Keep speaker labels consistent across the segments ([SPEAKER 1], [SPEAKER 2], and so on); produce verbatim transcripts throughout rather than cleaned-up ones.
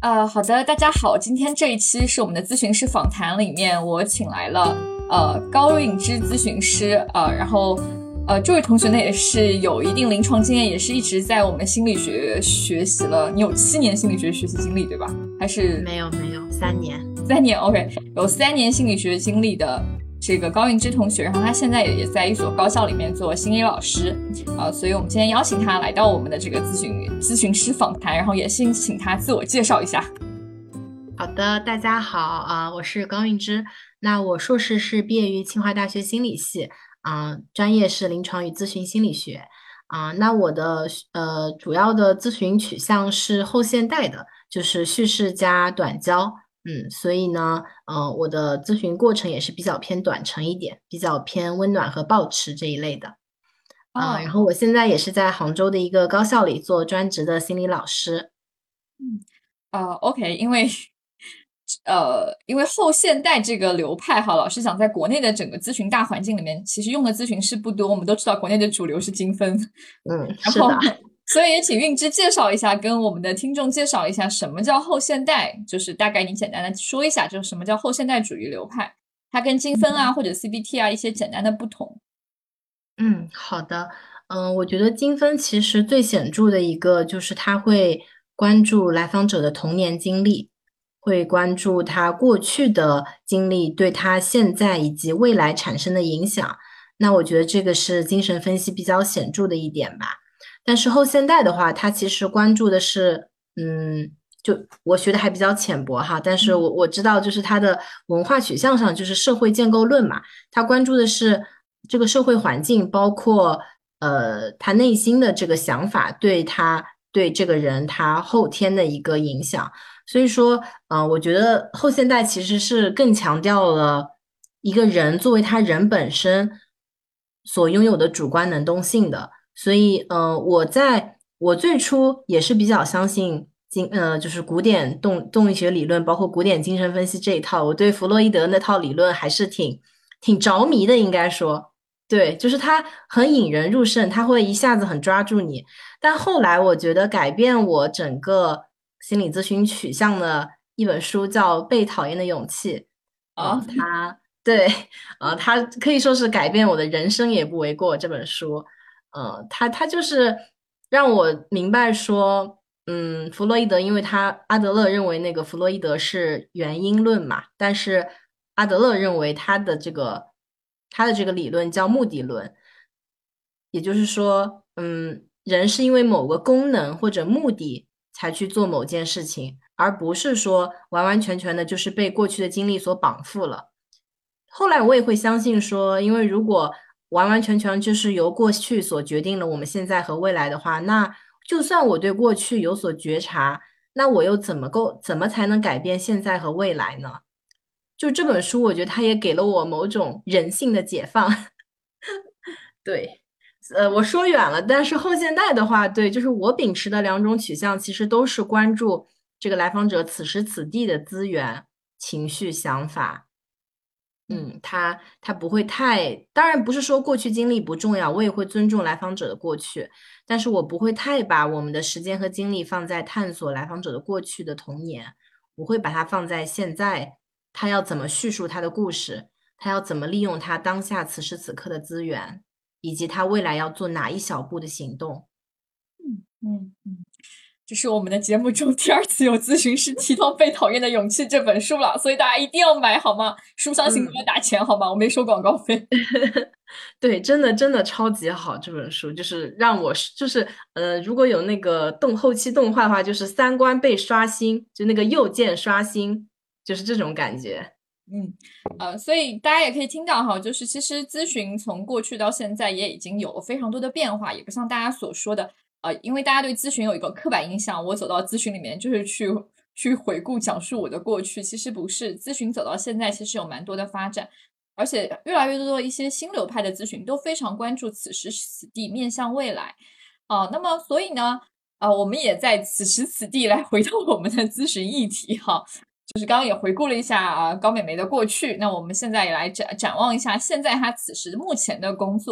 [SPEAKER 1] 呃，好的，大家好，今天这一期是我们的咨询师访谈里面，我请来了呃高韵芝咨询师，呃，然后呃这位同学呢也是有一定临床经验，也是一直在我们心理学学习了，你有七年心理学学习经历对吧？还是
[SPEAKER 2] 没有没有三年，
[SPEAKER 1] 三年 ？OK，有三年心理学经历的这个高韵芝同学，然后他现在也也在一所高校里面做心理老师，呃，所以我们今天邀请他来到我们的这个咨询咨询师访谈，然后也先请他自我介绍一下。
[SPEAKER 2] 好的，大家好啊、呃我是高韵芝。那我硕士是毕业于清华大学心理系，啊、专业是临床与咨询心理学，啊、那我的呃主要的咨询取向是后现代的，就是叙事加短焦，嗯，所以呢，呃，我的咨询过程也是比较偏短程一点，比较偏温暖和抱持这一类的，啊、然
[SPEAKER 1] 哦，
[SPEAKER 2] 后我现在也是在杭州的一个高校里做专职的心理老师。
[SPEAKER 1] 嗯，呃，OK，因为呃，因为后现代这个流派哈，老实讲，在国内的整个咨询大环境里面，其实用的咨询师不多。我们都知道，国内的主流是精分，
[SPEAKER 2] 嗯，
[SPEAKER 1] 然后
[SPEAKER 2] 是的。
[SPEAKER 1] 所以也请韵芝介绍一下，跟我们的听众介绍一下什么叫后现代，就是大概你简单的说一下，就是什么叫后现代主义流派，它跟精分啊或者 C B T 啊一些简单的不同。
[SPEAKER 2] 嗯，好的。嗯，我觉得精分其实最显著的一个就是他会关注来访者的童年经历，会关注他过去的经历对他现在以及未来产生的影响。那我觉得这个是精神分析比较显著的一点吧。但是后现代的话，它其实关注的是，嗯，就我学的还比较浅薄哈，但是我我知道就是它的文化取向上就是社会建构论嘛。他关注的是这个社会环境，包括呃他内心的这个想法对他对这个人他后天的一个影响。所以说，呃，我觉得后现代其实是更强调了一个人作为他人本身所拥有的主观能动性的。所以，呃，我在我最初也是比较相信精呃，就是古典动动力学理论，包括古典精神分析这一套。我对弗洛伊德那套理论还是挺挺着迷的，应该说，对，就是它很引人入胜，它会一下子很抓住你。但后来我觉得改变我整个心理咨询取向的一本书叫《被讨厌的勇气》，
[SPEAKER 1] 啊，
[SPEAKER 2] 嗯，它对，呃，它可以说是改变我的人生也不为过这本书。呃，它它就是让我明白说，嗯，弗洛伊德，因为他阿德勒认为那个弗洛伊德是原因论嘛，但是阿德勒认为他的这个他的这个理论叫目的论，也就是说，嗯，人是因为某个功能或者目的才去做某件事情，而不是说完完全全的就是被过去的经历所绑缚了。后来我也会相信说，因为如果完完全全就是由过去所决定了我们现在和未来的话，那就算我对过去有所觉察，那我又怎么够，怎么才能改变现在和未来呢？就这本书，我觉得它也给了我某种人性的解放。对，呃，我说远了，但是后现代的话，对，就是我秉持的两种取向，其实都是关注这个来访者此时此地的资源、情绪、想法。
[SPEAKER 1] 嗯
[SPEAKER 2] 嗯，他他不会太，当然不是说过去经历不重要，我也会尊重来访者的过去，但是我不会太把我们的时间和精力放在探索来访者的过去的童年，我会把它放在现在，他要怎么叙述他的故事，他要怎么利用他当下此时此刻的资源，以及他未来要做哪一小步的行动。
[SPEAKER 1] 嗯嗯。这是我们的节目中第二次有咨询师提到《被讨厌的勇气》这本书了，所以大家一定要买好吗？书商行不要
[SPEAKER 2] 嗯。
[SPEAKER 1] 打钱好吗？我没收广告费。
[SPEAKER 2] 对，真的真的超级好，这本书就是让我是就是呃，如果有那个动后期动画的话，就是三观被刷新，就那个右键刷新，就是这种感觉。
[SPEAKER 1] 嗯，呃，所以大家也可以听到哈，就是其实咨询从过去到现在也已经有了非常多的变化，也不像大家所说的，呃，因为大家对咨询有一个刻板印象，我走到咨询里面就是去去回顾讲述我的过去，其实不是，咨询走到现在其实有蛮多的发展，而且越来越多的一些新流派的咨询都非常关注此时此地，面向未来，啊、那么所以呢，啊、我们也在此时此地来回到我们的咨询议题哈。就是刚刚也回顾了一下啊高美眉的过去，那我们现在也来展展望一下现在她此时目前的工作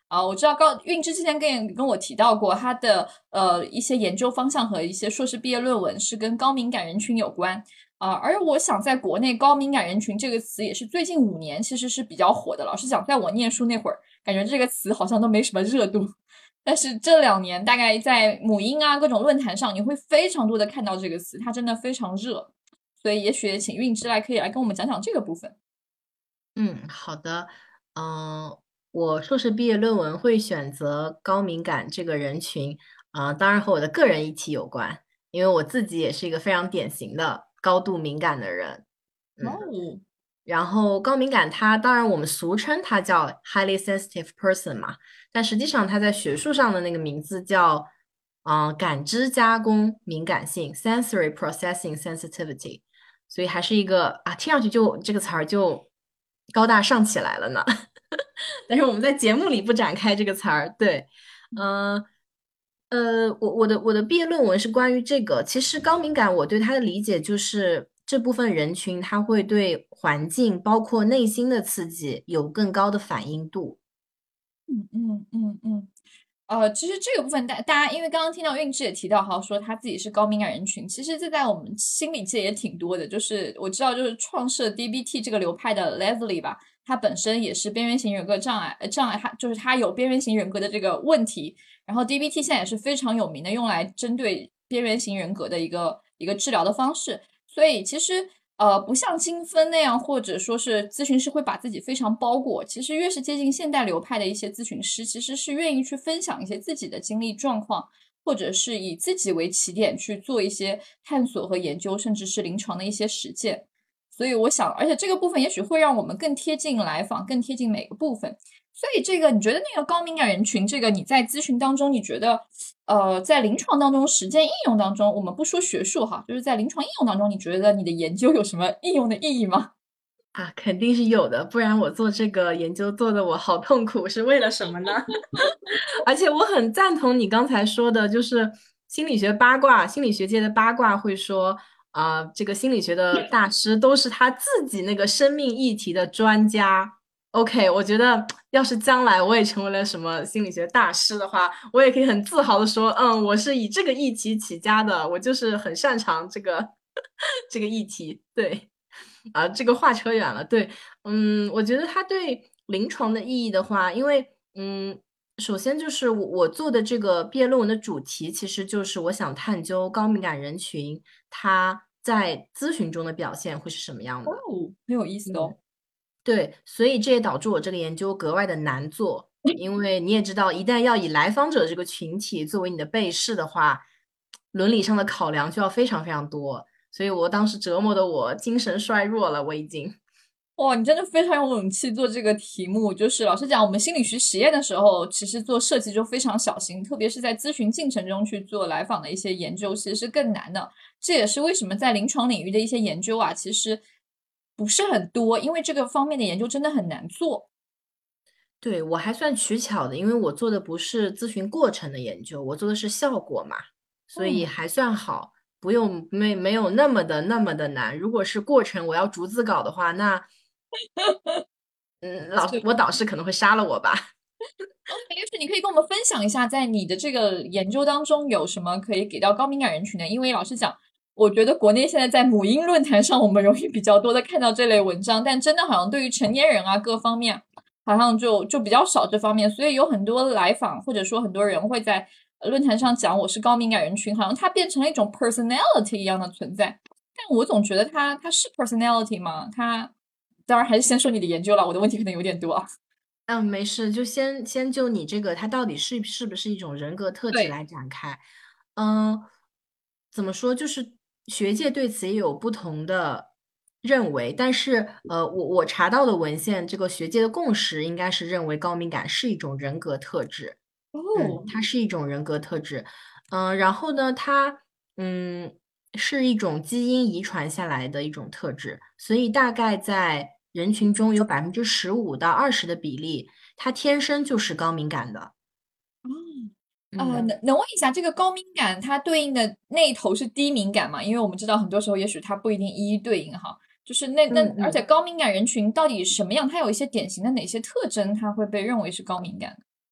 [SPEAKER 1] 啊，我知道高韵之之前跟跟我提到过，他的呃一些研究方向和一些硕士毕业论文是跟高敏感人群有关啊、而我想在国内“高敏感人群”这个词也是最近五年其实是比较火的。老实讲，在我念书那会儿，感觉这个词好像都没什么热度，但是这两年大概在母婴啊各种论坛上，你会非常多的看到这个词，它真的非常热。所以也许请韵之来可以来跟我们讲讲这个部分。
[SPEAKER 2] 嗯，好的。嗯，我硕士毕业论文会选择高敏感这个人群，啊、当然和我的个人议题有关，因为我自己也是一个非常典型的高度敏感的人。嗯。
[SPEAKER 1] 哦，
[SPEAKER 2] 然后高敏感它当然我们俗称它叫 highly sensitive person 嘛，但实际上它在学术上的那个名字叫嗯、呃感知加工敏感性 sensory processing sensitivity，所以还是一个啊听上去就这个词儿就高大上起来了呢。但是我们在节目里不展开这个词儿，对。嗯、呃，我我的我的毕业论文是关于这个。其实高敏感，我对它的理解就是这部分人群他会对环境，包括内心的刺激有更高的反应度。
[SPEAKER 1] 嗯嗯嗯嗯。呃，其实这个部分大大家，因为刚刚听到韵之也提到哈，说他自己是高敏感人群，其实这在我们心理界也挺多的。就是我知道，就是创设 D B T 这个流派的 Leslie 吧，他本身也是边缘型人格障碍，呃障碍他就是他有边缘型人格的这个问题。然后 D B T 现在也是非常有名的，用来针对边缘型人格的一个一个治疗的方式。所以其实呃，不像精分那样，或者说是咨询师会把自己非常包裹。其实越是接近现代流派的一些咨询师，其实是愿意去分享一些自己的经历状况，或者是以自己为起点去做一些探索和研究，甚至是临床的一些实践。所以我想，而且这个部分也许会让我们更贴近来访，更贴近每个部分。所以这个，你觉得那个高敏感人群，这个你在咨询当中，你觉得呃，在临床当中实践应用当中，我们不说学术哈，就是在临床应用当中，你觉得你的研究有什么应用的意义吗？
[SPEAKER 2] 啊，肯定是有的，不然我做这个研究做的我好痛苦，是为了什么呢？而且我很赞同你刚才说的，就是心理学八卦，心理学界的八卦会说，啊、这个心理学的大师都是他自己那个生命议题的专家。OK，我觉得要是将来我也成为了什么心理学大师的话，我也可以很自豪的说，嗯，我是以这个议题起家的，我就是很擅长这个这个议题。对。啊，这个话扯远了。对。嗯，我觉得它对临床的意义的话，因为嗯，首先就是我我做的这个毕业论文的主题，其实就是我想探究高敏感人群他在咨询中的表现会是什么样
[SPEAKER 1] 哦，
[SPEAKER 2] 的。
[SPEAKER 1] 很有意思
[SPEAKER 2] 嗯，
[SPEAKER 1] 哦。
[SPEAKER 2] 对，所以这也导致我这个研究格外的难做，因为你也知道，一旦要以来访者这个群体作为你的被试的话，伦理上的考量就要非常非常多，所以我当时折磨的我精神衰弱了，我已经。
[SPEAKER 1] 哇，你真的非常有勇气做这个题目。就是老实讲，我们心理学实验的时候，其实做设计就非常小心，特别是在咨询进程中去做来访的一些研究，其实是更难的。这也是为什么在临床领域的一些研究啊，其实不是很多，因为这个方面的研究真的很难做。
[SPEAKER 2] 对，我还算取巧的，因为我做的不是咨询过程的研究，我做的是效果嘛，所以
[SPEAKER 1] 嗯，
[SPEAKER 2] 还算好，不用没没有那么的那么的难。如果是过程我要逐字稿的话，那嗯，老
[SPEAKER 1] 是。
[SPEAKER 2] 我导师可能会杀了我吧。
[SPEAKER 1] 也许你可以跟我们分享一下，在你的这个研究当中有什么可以给到高敏感人群的？因为老实讲，我觉得国内现在在母婴论坛上，我们容易比较多的看到这类文章，但真的好像对于成年人啊各方面，好像就就比较少这方面，所以有很多来访或者说很多人会在呃论坛上讲我是高敏感人群，好像它变成了一种 personality 一样的存在。但我总觉得它它是 personality 吗？它当然还是先说你的研究了，我的问题可能有点多啊。
[SPEAKER 2] 嗯，没事，就先先就你这个，它到底是是不是一种人格特质
[SPEAKER 1] 对。
[SPEAKER 2] 来展开。嗯，怎么说？就是学界对此也有不同的认为，但是呃，我我查到的文献，这个学界的共识应该是认为高敏感是一种人格特质。嗯，
[SPEAKER 1] 哦，
[SPEAKER 2] 它是一种人格特质。嗯，然后呢，它嗯是一种基因遗传下来的一种特质，所以大概在人群中有百分之十五到二十的比例，它天生就是高敏感的。
[SPEAKER 1] 呃，
[SPEAKER 2] 嗯
[SPEAKER 1] 能能问一下，这个高敏感它对应的那一头是低敏感吗？因为我们知道很多时候也许它不一定一一对应哈。就是那那，而且
[SPEAKER 2] 嗯嗯。
[SPEAKER 1] 高敏感人群到底什么样？它有一些典型的哪些特征，它会被认为是高敏感？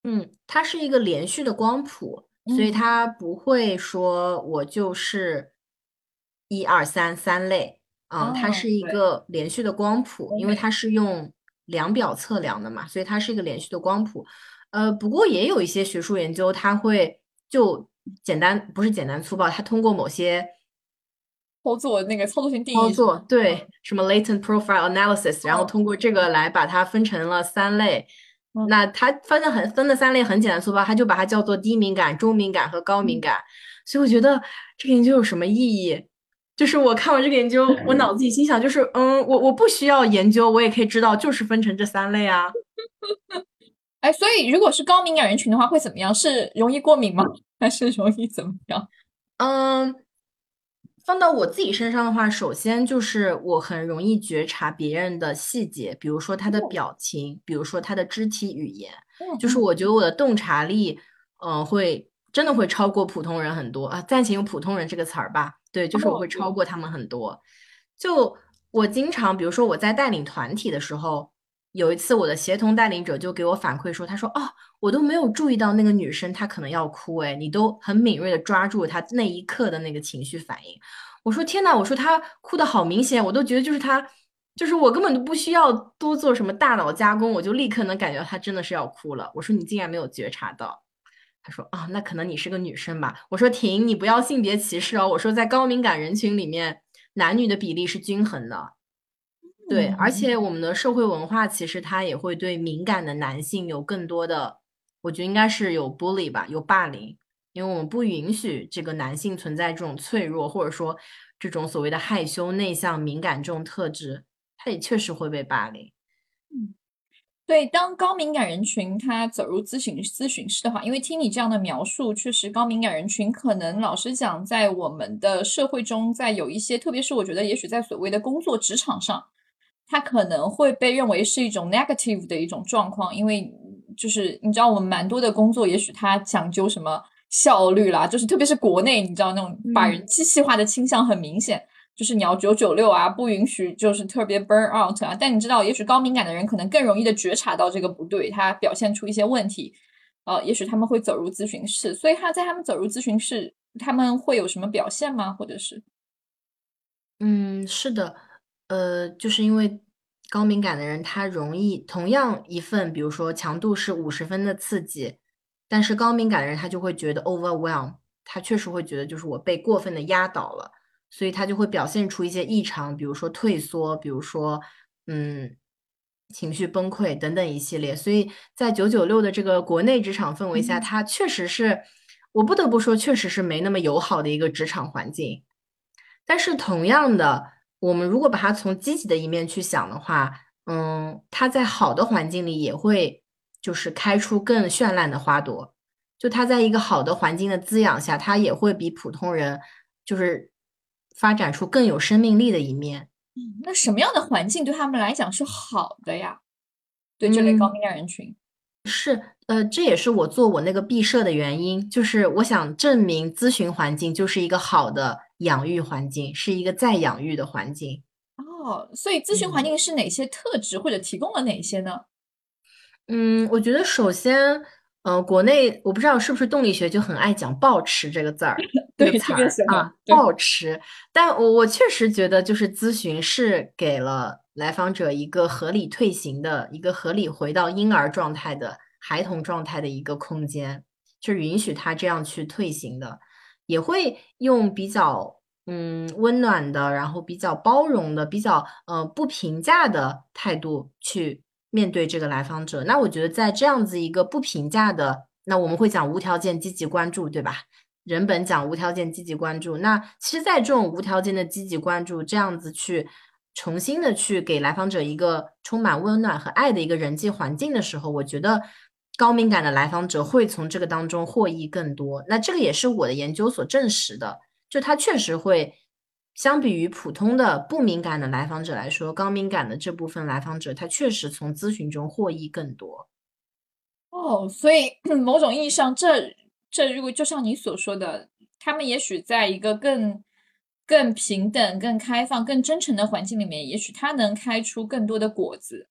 [SPEAKER 2] 嗯，它是一个连续的光谱，所以
[SPEAKER 1] 嗯，
[SPEAKER 2] 它不会说我就是一二三三类，嗯，它
[SPEAKER 1] 哦，
[SPEAKER 2] 是一
[SPEAKER 1] 对，
[SPEAKER 2] 个连续的光谱，因为它
[SPEAKER 1] 欧美，
[SPEAKER 2] 是用量表测量的嘛，所以它是一个连续的光谱。呃，不过也有一些学术研究，它会就简单，不是简单粗暴，它通过某些
[SPEAKER 1] 操作那个操作性定义是，
[SPEAKER 2] 操作，对，
[SPEAKER 1] 嗯
[SPEAKER 2] 什么 latent profile analysis，然后
[SPEAKER 1] 嗯
[SPEAKER 2] 通过这个来把它分成了三类。
[SPEAKER 1] 嗯，
[SPEAKER 2] 那它分的很分的三类很简单粗暴，它就把它叫做低敏感、中敏感和高敏
[SPEAKER 1] 嗯
[SPEAKER 2] 感。所以我觉得这个研究有什么意义？就是我看完这个研究，我脑子里心想，就是嗯，我我不需要研究，我也可以知道，就是分成这三类啊。
[SPEAKER 1] 哎，所以如果是高敏感人群的话，会怎么样？是容易过敏吗？还是容易怎么样？
[SPEAKER 2] 嗯，放到我自己身上的话，首先就是我很容易觉察别人的细节，比如说他的
[SPEAKER 1] 嗯
[SPEAKER 2] 表情，比如说他的肢体语言，就是
[SPEAKER 1] 嗯嗯，
[SPEAKER 2] 我觉得我的洞察力，嗯、会真的会超过普通人很多啊，暂且用普通人这个词儿吧，对，就是我会
[SPEAKER 1] 哦，对，
[SPEAKER 2] 超过他们很多。就我经常，比如说我在带领团体的时候，有一次我的协同带领者就给我反馈说，他说，哦，我都没有注意到那个女生她可能要哭，哎，你都很敏锐的抓住她那一刻的那个情绪反应。我说天呐，我说她哭的好明显，我都觉得就是她，就是我根本都不需要多做什么大脑加工，我就立刻能感觉到她真的是要哭了。我说你竟然没有觉察到。他说啊，那可能你是个女生吧。我说停，你不要性别歧视哦。我说在高敏感人群里面，男女的比例是均衡的。对，而
[SPEAKER 1] 嗯。
[SPEAKER 2] 且我们的社会文化其实它也会对敏感的男性有更多的，我觉得应该是有 bully 吧，有霸凌，因为我们不允许这个男性存在这种脆弱，或者说这种所谓的害羞、内向、敏感这种特质，他也确实会被霸凌。
[SPEAKER 1] 对，当高敏感人群他走入咨询咨询室的话，因为听你这样的描述，确实高敏感人群可能老实讲，在我们的社会中，在有一些，特别是我觉得，也许在所谓的工作职场上，它可能会被认为是一种 negative 的一种状况，因为就是你知道，我们蛮多的工作，也许它讲究什么效率啦，就是特别是国内，你知道那种把人
[SPEAKER 2] 嗯。
[SPEAKER 1] 机器化的倾向很明显。就是你要九九六啊，不允许就是特别 burn out 啊。但你知道，也许高敏感的人可能更容易的觉察到这个不对，他表现出一些问题，呃，也许他们会走入咨询室。所以他在他们走入咨询室，他们会有什么表现吗？或者是
[SPEAKER 2] 嗯，是的，呃，就是因为高敏感的人，他容易同样一份，比如说强度是五十分的刺激，但是高敏感的人他就会觉得 overwhelm，他确实会觉得就是我被过分的压倒了，所以他就会表现出一些异常，比如说退缩，比如说嗯情绪崩溃等等一系列。所以在九九六的这个国内职场氛围下，
[SPEAKER 1] 嗯
[SPEAKER 2] 他确实是，我不得不说，确实是没那么友好的一个职场环境。但是同样的，我们如果把它从积极的一面去想的话，嗯，它在好的环境里也会就是开出更绚烂的花朵。就它在一个好的环境的滋养下，它也会比普通人就是发展出更有生命力的一面。
[SPEAKER 1] 嗯，那什么样的环境对他们来讲是好的呀？对这类高
[SPEAKER 2] 嗯，
[SPEAKER 1] 敏感人群，
[SPEAKER 2] 呃，这也是我做我那个毕设的原因，就是我想证明咨询环境就是一个好的养育环境，是一个再养育的环境。
[SPEAKER 1] 哦，所以咨询环
[SPEAKER 2] 嗯。
[SPEAKER 1] 境是哪些特质或者提供了哪些呢？
[SPEAKER 2] 嗯，我觉得首先，呃，国内我不知道是不是动力学就很爱讲“抱持”这个字儿，这个
[SPEAKER 1] 对，
[SPEAKER 2] 词
[SPEAKER 1] 特别喜欢，
[SPEAKER 2] 儿啊，
[SPEAKER 1] 对，
[SPEAKER 2] 抱持。但我我确实觉得，就是咨询是给了来访者一个合理退行的、一个合理回到婴儿状态的孩童状态的一个空间，是允许他这样去退行的，也会用比较嗯温暖的，然后比较包容的、比较呃不评价的态度去面对这个来访者。那我觉得在这样子一个不评价的，那我们会讲无条件积极关注，对吧？人本讲无条件积极关注，那其实，在这种无条件的积极关注，这样子去重新的去给来访者一个充满温暖和爱的一个人际环境的时候，我觉得高敏感的来访者会从这个当中获益更多。那这个也是我的研究所证实的，就他确实会相比于普通的不敏感的来访者来说，高敏感的这部分来访者，他确实从咨询中获益更多。
[SPEAKER 1] 哦，所以某种意义上，这这如果就像你所说的，他们也许在一个更更平等、更开放、更真诚的环境里面，也许他能开出更多的果子。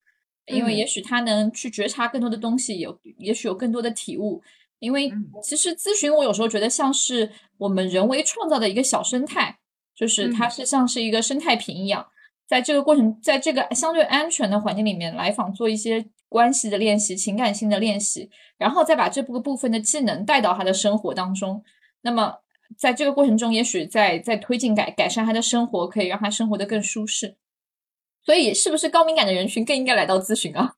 [SPEAKER 1] 因为也
[SPEAKER 2] 嗯
[SPEAKER 1] 许他能去觉察更多的东西，有也许有更多的体悟。因为
[SPEAKER 2] 嗯
[SPEAKER 1] 其实咨询，我有时候觉得像是我们人为创造的一个小生态，就是它
[SPEAKER 2] 嗯
[SPEAKER 1] 是像是一个生态瓶一样，在这个过程，在这个相对安全的环境里面，来访做一些关系的练习、情感性的练习，然后再把这部部分的技能带到他的生活当中。那么在这个过程中，也许在在推进改改善他的生活，可以让他生活的更舒适。所以，是不是高敏感的人群更应该来到咨询啊？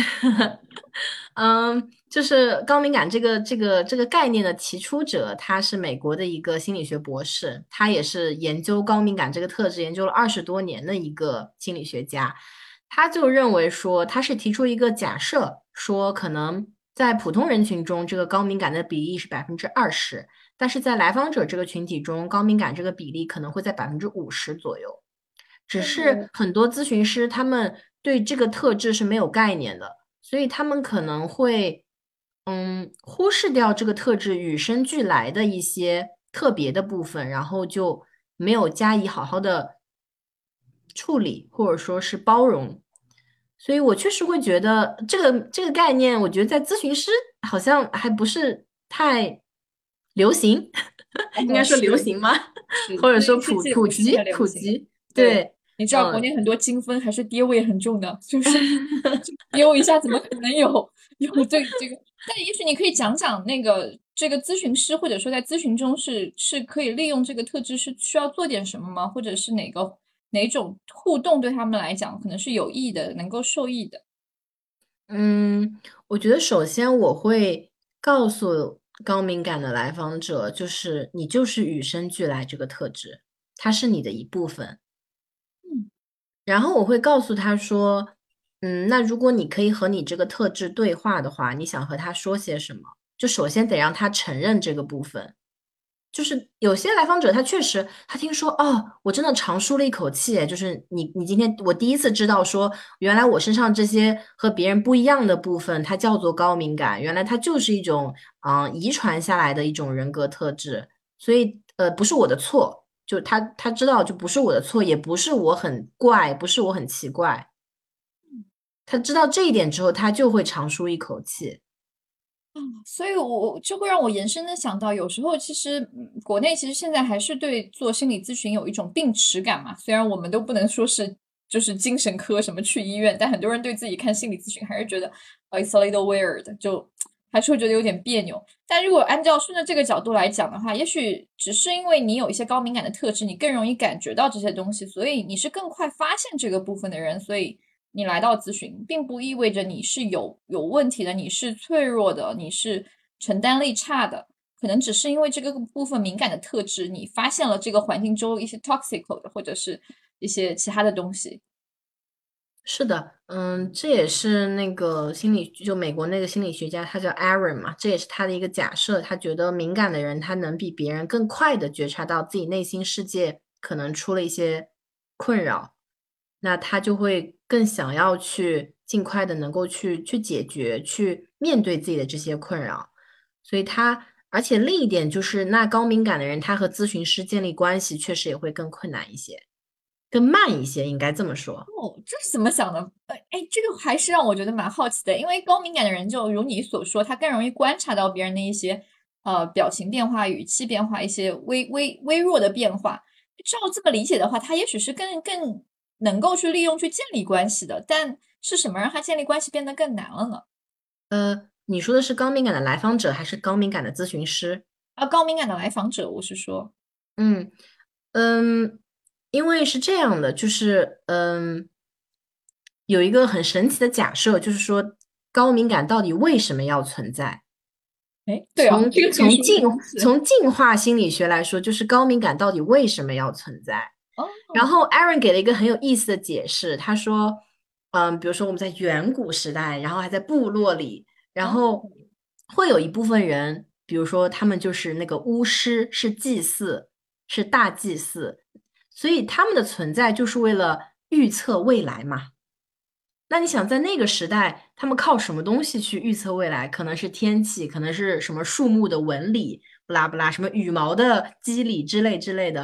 [SPEAKER 2] 嗯，就是高敏感这个这个这个概念的提出者，他是美国的一个心理学博士，他也是研究高敏感这个特质研究了二十多年的一个心理学家。他就认为说，他是提出一个假设，说可能在普通人群中，这个高敏感的比例是百分之二十，但是在来访者这个群体中，高敏感这个比例可能会在百分之五十左右。只是很多咨询师他们对这个特质是没有概念的，所以他们可能会嗯忽视掉这个特质与生俱来的一些特别的部分，然后就没有加以好好的处理或者说是包容。所以我确实会觉得这个这个概念，我觉得在咨询师好像还不是太流行，应该
[SPEAKER 1] 嗯，
[SPEAKER 2] 说流
[SPEAKER 1] 是
[SPEAKER 2] 行吗？
[SPEAKER 1] 是，
[SPEAKER 2] 或者
[SPEAKER 1] 这个
[SPEAKER 2] 说普
[SPEAKER 1] 世界不是太
[SPEAKER 2] 普及
[SPEAKER 1] 流行。
[SPEAKER 2] 普及，
[SPEAKER 1] 对，
[SPEAKER 2] 对。
[SPEAKER 1] 你知道国
[SPEAKER 2] 嗯，
[SPEAKER 1] 内很多精分还是爹味很重的，就是丢一下怎么可能有有这这个？但也许你可以讲讲那个这个咨询师，或者说在咨询中是是可以利用这个特质，是需要做点什么吗？或者是哪个哪种互动对他们来讲可能是有益的，能够受益的？
[SPEAKER 2] 嗯，我觉得首先我会告诉高敏感的来访者，就是你就是与生俱来这个特质，它是你的一部分。
[SPEAKER 1] 嗯，
[SPEAKER 2] 然后我会告诉他说，嗯，那如果你可以和你这个特质对话的话，你想和他说些什么？就首先得让他承认这个部分。就是有些来访者，他确实，他听说哦，我真的长舒了一口气，就是你，你今天我第一次知道说，原来我身上这些和别人不一样的部分，它叫做高敏感，原来它就是一种嗯、呃遗传下来的一种人格特质，所以呃不是我的错，就他他知道就不是我的错，也不是我很怪，不是我很奇怪，他知道这一点之后，他就会长舒一口气。
[SPEAKER 1] 所以我我就会让我延伸的想到，有时候其实嗯国内其实现在还是对做心理咨询有一种病耻感嘛。虽然我们都不能说是就是精神科什么去医院，但很多人对自己看心理咨询还是觉得呃 it's a little weird，就还是会觉得有点别扭。但如果按照顺着这个角度来讲的话，也许只是因为你有一些高敏感的特质，你更容易感觉到这些东西，所以你是更快发现这个部分的人，所以你来到咨询，并不意味着你是有有问题的，你是脆弱的，你是承担力差的，可能只是因为这个部分敏感的特质，你发现了这个环境中一些 toxic 的或者是一些其他的东西。
[SPEAKER 2] 是的，嗯，这也是那个心理，就美国那个心理学家，他叫 Aaron 嘛，这也是他的一个假设。他觉得敏感的人，他能比别人更快的觉察到自己内心世界可能出了一些困扰，那他就会更想要去尽快的能够去去解决，去面对自己的这些困扰。所以他，而且另一点就是，那高敏感的人，他和咨询师建立关系确实也会更困难一些，更慢一些，应该这么说。
[SPEAKER 1] 哦，这是怎么想的？呃，哎，这个还是让我觉得蛮好奇的，因为高敏感的人，就如你所说，他更容易观察到别人的一些呃表情变化、语气变化、一些微微微弱的变化。照这么理解的话，他也许是更更能够去利用去建立关系的，但是什么让他建立关系变得更难了呢？
[SPEAKER 2] 呃，你说的是高敏感的来访者还是高敏感的咨询师？
[SPEAKER 1] 啊，高敏感的来访者，我是说，
[SPEAKER 2] 嗯嗯，因为是这样的，就是嗯，有一个很神奇的假设，就是说高敏感到底为什么要存在？
[SPEAKER 1] 哎，对啊，
[SPEAKER 2] 从
[SPEAKER 1] 这个可以说
[SPEAKER 2] 从进
[SPEAKER 1] 是公式。
[SPEAKER 2] 从进化心理学来说，就是高敏感到底为什么要存在？然
[SPEAKER 1] 哦，
[SPEAKER 2] 后 Aaron 给了一个很有意思的解释，他说，嗯，比如说我们在远古时代，然后还在部落里，然
[SPEAKER 1] 哦，
[SPEAKER 2] 后会有一部分人，比如说他们就是那个巫师，是祭祀，是大祭司，所以他们的存在就是为了预测未来嘛。那你想在那个时代，他们靠什么东西去预测未来？可能是天气，可能是什么树木的纹理，不拉不拉，什么羽毛的肌理之类之类的。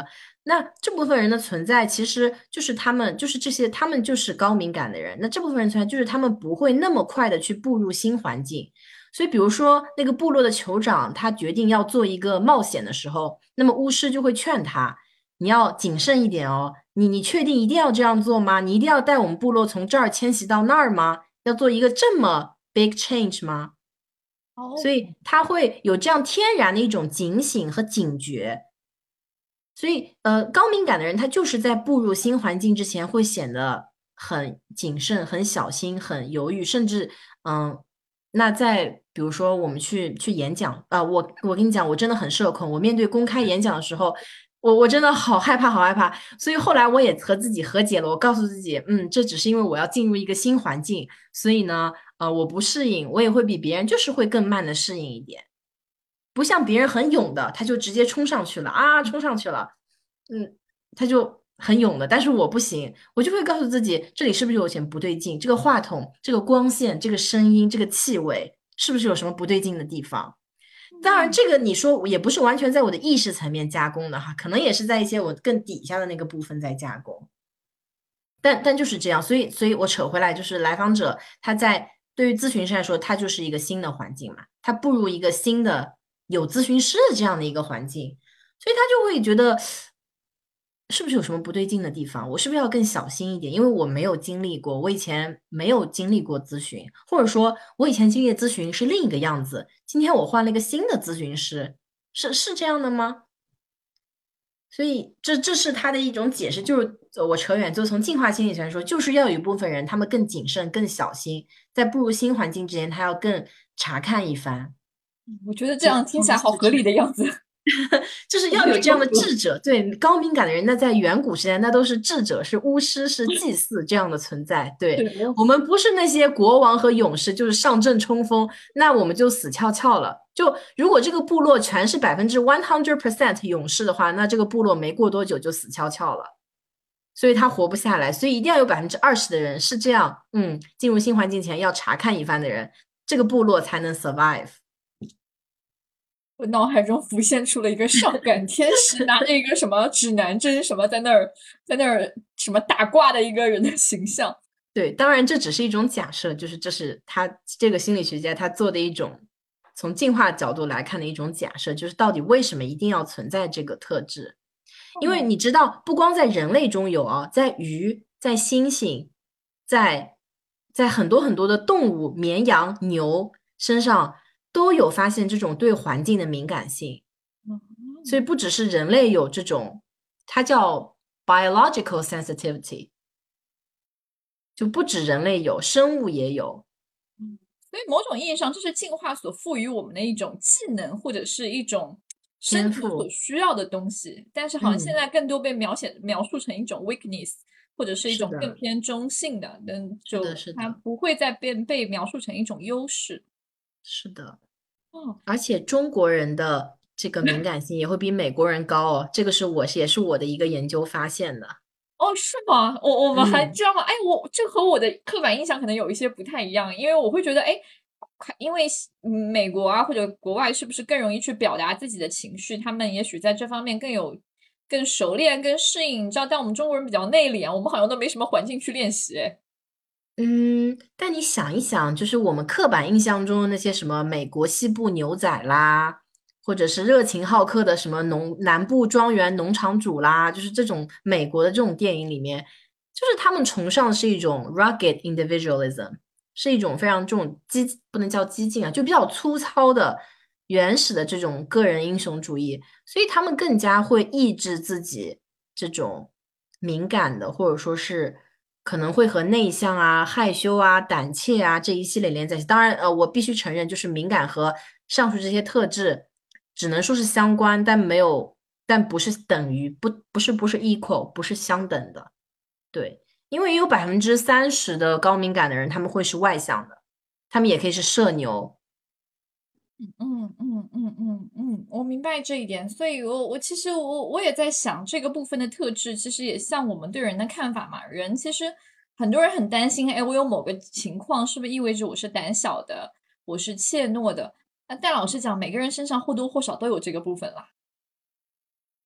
[SPEAKER 2] 那这部分人的存在，其实就是他们，就是这些，他们就是高敏感的人。那这部分人存在，就是他们不会那么快的去步入新环境。所以，比如说那个部落的酋长，他决定要做一个冒险的时候，那么巫师就会劝他，你要谨慎一点哦。你你确定一定要这样做吗？你一定要带我们部落从这儿迁徙到那儿吗？要做一个这么 big change 吗？所
[SPEAKER 1] 哦，
[SPEAKER 2] 以他会有这样天然的一种警醒和警觉。所以，呃，高敏感的人，他就是在步入新环境之前会显得很谨慎、很小心、很犹豫，甚至，嗯，那在比如说我们去去演讲，啊、我我跟你讲，我真的很社恐，我面对公开演讲的时候，我我真的好害怕，好害怕。所以后来我也和自己和解了，我告诉自己，嗯，这只是因为我要进入一个新环境，所以呢，呃，我不适应，我也会比别人就是会更慢的适应一点。不像别人很勇的，他就直接冲上去了啊，冲上去了，嗯，他就很勇的。但是我不行，我就会告诉自己，这里是不是有点不对劲？这个话筒、这个光线、这个声音、这个气味，是不是有什么不对劲的地方？当然，
[SPEAKER 1] 嗯，
[SPEAKER 2] 这个你说也不是完全在我的意识层面加工的哈，可能也是在一些我更底下的那个部分在加工。但但就是这样，所以所以我扯回来，就是来访者他在对于咨询师来说，他就是一个新的环境嘛，他步入一个新的有咨询师的这样的一个环境，所以他就会觉得是不是有什么不对劲的地方，我是不是要更小心一点？因为我没有经历过，我以前没有经历过咨询，或者说我以前经历的咨询是另一个样子，今天我换了一个新的咨询师，是是这样的吗？所以这这是他的一种解释，就是呃我扯远，就从进化心理学来说，就是要有一部分人他们更谨慎、更小心，在步入新环境之前，他要更查看一番，
[SPEAKER 1] 我觉得这
[SPEAKER 2] 这
[SPEAKER 1] 样听起来好合
[SPEAKER 2] 从事这
[SPEAKER 1] 理的样子。
[SPEAKER 2] 就是
[SPEAKER 1] 我觉得
[SPEAKER 2] 要有这样的
[SPEAKER 1] 这个合
[SPEAKER 2] 智者。对，高敏感的人，那在远古时代，那都是智者，是巫师，是祭祀这样的存在。对，
[SPEAKER 1] 对，
[SPEAKER 2] 我们不是那些国王和勇士，就是上阵冲锋，那我们就死翘翘了。就如果这个部落全是百分之 one hundred percent 勇士的话，那这个部落没过多久就死翘翘了，所以他活不下来。所以一定要有百分之二十的人是这样，嗯，进入新环境前要查看一番的人，这个部落才能 survive。
[SPEAKER 1] 我脑海中浮现出了一个上感天使拿着一个什么指南针什么在那儿在那儿什么打卦的一个人的形象。
[SPEAKER 2] 对，当然这只是一种假设，就是这是他这个心理学家他做的一种从进化角度来看的一种假设，就是到底为什么一定要存在这个特质？因为
[SPEAKER 1] 哦，
[SPEAKER 2] 你知道，不光在人类中有啊，在鱼、在猩猩、在在很多很多的动物，绵羊、牛身上都有发现这种对环境的敏感性，所以
[SPEAKER 1] 嗯
[SPEAKER 2] 不只是人类有这种，它叫 biological sensitivity。就不止人类有，生物也有
[SPEAKER 1] 嗯，所以某种意义上，这是进化所赋予我们的一种技能，或者是一种生存所
[SPEAKER 2] 天赋。
[SPEAKER 1] 需要的东西。但是好像现
[SPEAKER 2] 嗯，
[SPEAKER 1] 在更多被描写描述成一种 weakness，或者是一种更
[SPEAKER 2] 是的，
[SPEAKER 1] 偏中性的，嗯，
[SPEAKER 2] 是的，
[SPEAKER 1] 就它
[SPEAKER 2] 是的，
[SPEAKER 1] 不会再被被描述成一种优势。
[SPEAKER 2] 是的。
[SPEAKER 1] 哦，
[SPEAKER 2] 而且中国人的这个敏感性也会比美国人高哦，这个是我也是我的一个研究发现的。
[SPEAKER 1] 哦，是吗？我我们还
[SPEAKER 2] 嗯。
[SPEAKER 1] 知道吗？哎，我这和我的刻板印象可能有一些不太一样，因为我会觉得，哎，快因为嗯美国啊或者国外是不是更容易去表达自己的情绪？他们也许在这方面更有更熟练、更适应。你知道，但我们中国人比较内敛，我们好像都没什么环境去练习。哎，
[SPEAKER 2] 嗯，但你想一想，就是我们刻板印象中的那些什么美国西部牛仔啦，或者是热情好客的什么农南部庄园农场主啦，就是这种美国的这种电影里面，就是他们崇尚的是一种 rugged individualism，是一种非常这种激，不能叫激进啊，就比较粗糙的、原始的这种个人英雄主义，所以他们更加会抑制自己这种敏感的，或者说是可能会和内向啊、害羞啊、胆怯啊这一系列连在一起。当然，呃，我必须承认，就是敏感和上述这些特质只能说是相关，但没有，但不是等于，不，不是不是 equal，不是相等的。对，因为有百分之三十的高敏感的人，他们会是外向的，他们也可以是社牛。
[SPEAKER 1] 嗯嗯嗯嗯嗯，我明白这一点，所以我我其实我我也在想这个部分的特质，其实也像我们对人的看法嘛。人其实很多人很担心，哎，我有某个情况，是不是意味着我是胆小的，我是怯懦的？那但老实讲，每个人身上或多或少都有这个部分啦。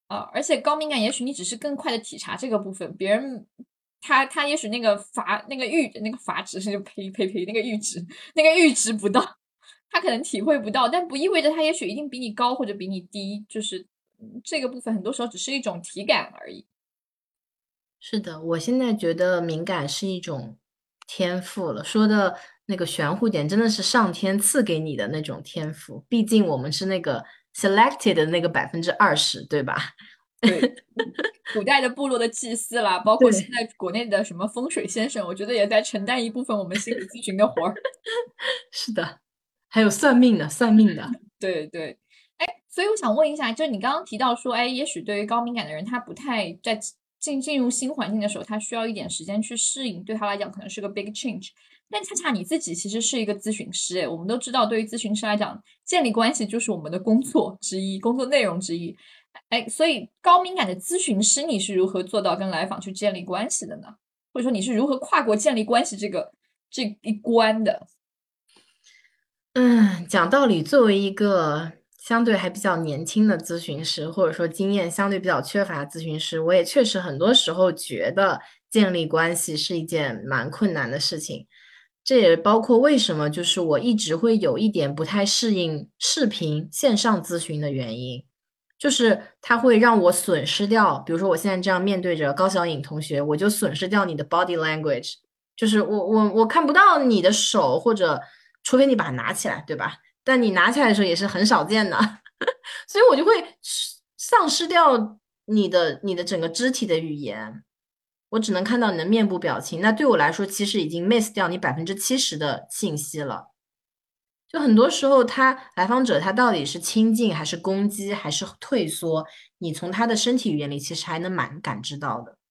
[SPEAKER 1] 啊，而且高敏感，也许你只是更快的体察这个部分，别人他他也许那个阀那个阈那个阀值是就呸呸呸那个阈值那个阈值不到，他可能体会不到，但不意味着他也许一定比你高或者比你低，就是这个部分很多时候只是一种体感而已。
[SPEAKER 2] 是的，我现在觉得敏感是一种天赋了，说的那个玄乎点，真的是上天赐给你的那种天赋。毕竟我们是那个 selected 的那个百分之二十，对吧？
[SPEAKER 1] 对，古代的部落的祭司啦，包括现
[SPEAKER 2] 对，
[SPEAKER 1] 在国内的什么风水先生，我觉得也在承担一部分我们心理咨询的活儿。
[SPEAKER 2] 是的，还有算命的，算命的。
[SPEAKER 1] 对对，哎，所以我想问一下，就是你刚刚提到说，哎，也许对于高敏感的人，他不太在进进入新环境的时候，他需要一点时间去适应，对他来讲可能是个 big change。但恰恰你自己其实是一个咨询师，哎，我们都知道，对于咨询师来讲，建立关系就是我们的工作之一，工作内容之一。哎，所以高敏感的咨询师，你是如何做到跟来访去建立关系的呢？或者说你是如何跨过建立关系这个这一关的？
[SPEAKER 2] 嗯，讲道理，作为一个相对还比较年轻的咨询师，或者说经验相对比较缺乏的咨询师，我也确实很多时候觉得建立关系是一件蛮困难的事情。这也包括为什么就是我一直会有一点不太适应视频线上咨询的原因，就是它会让我损失掉，比如说我现在这样面对着高小颖同学，我就损失掉你的 body language。就是我我我看不到你的手，或者除非你把它拿起来，对吧？但你拿起来的时候也是很少见的，所以我就会丧失掉你的你的整个肢体的语言，我只能看到你的面部表情。那对我来说，其实已经 miss 掉你百分之七十的信息了。就很多时候他来访者他到底是亲近还是攻击还是退缩，你从他的身体语言里其实还能蛮感知到的。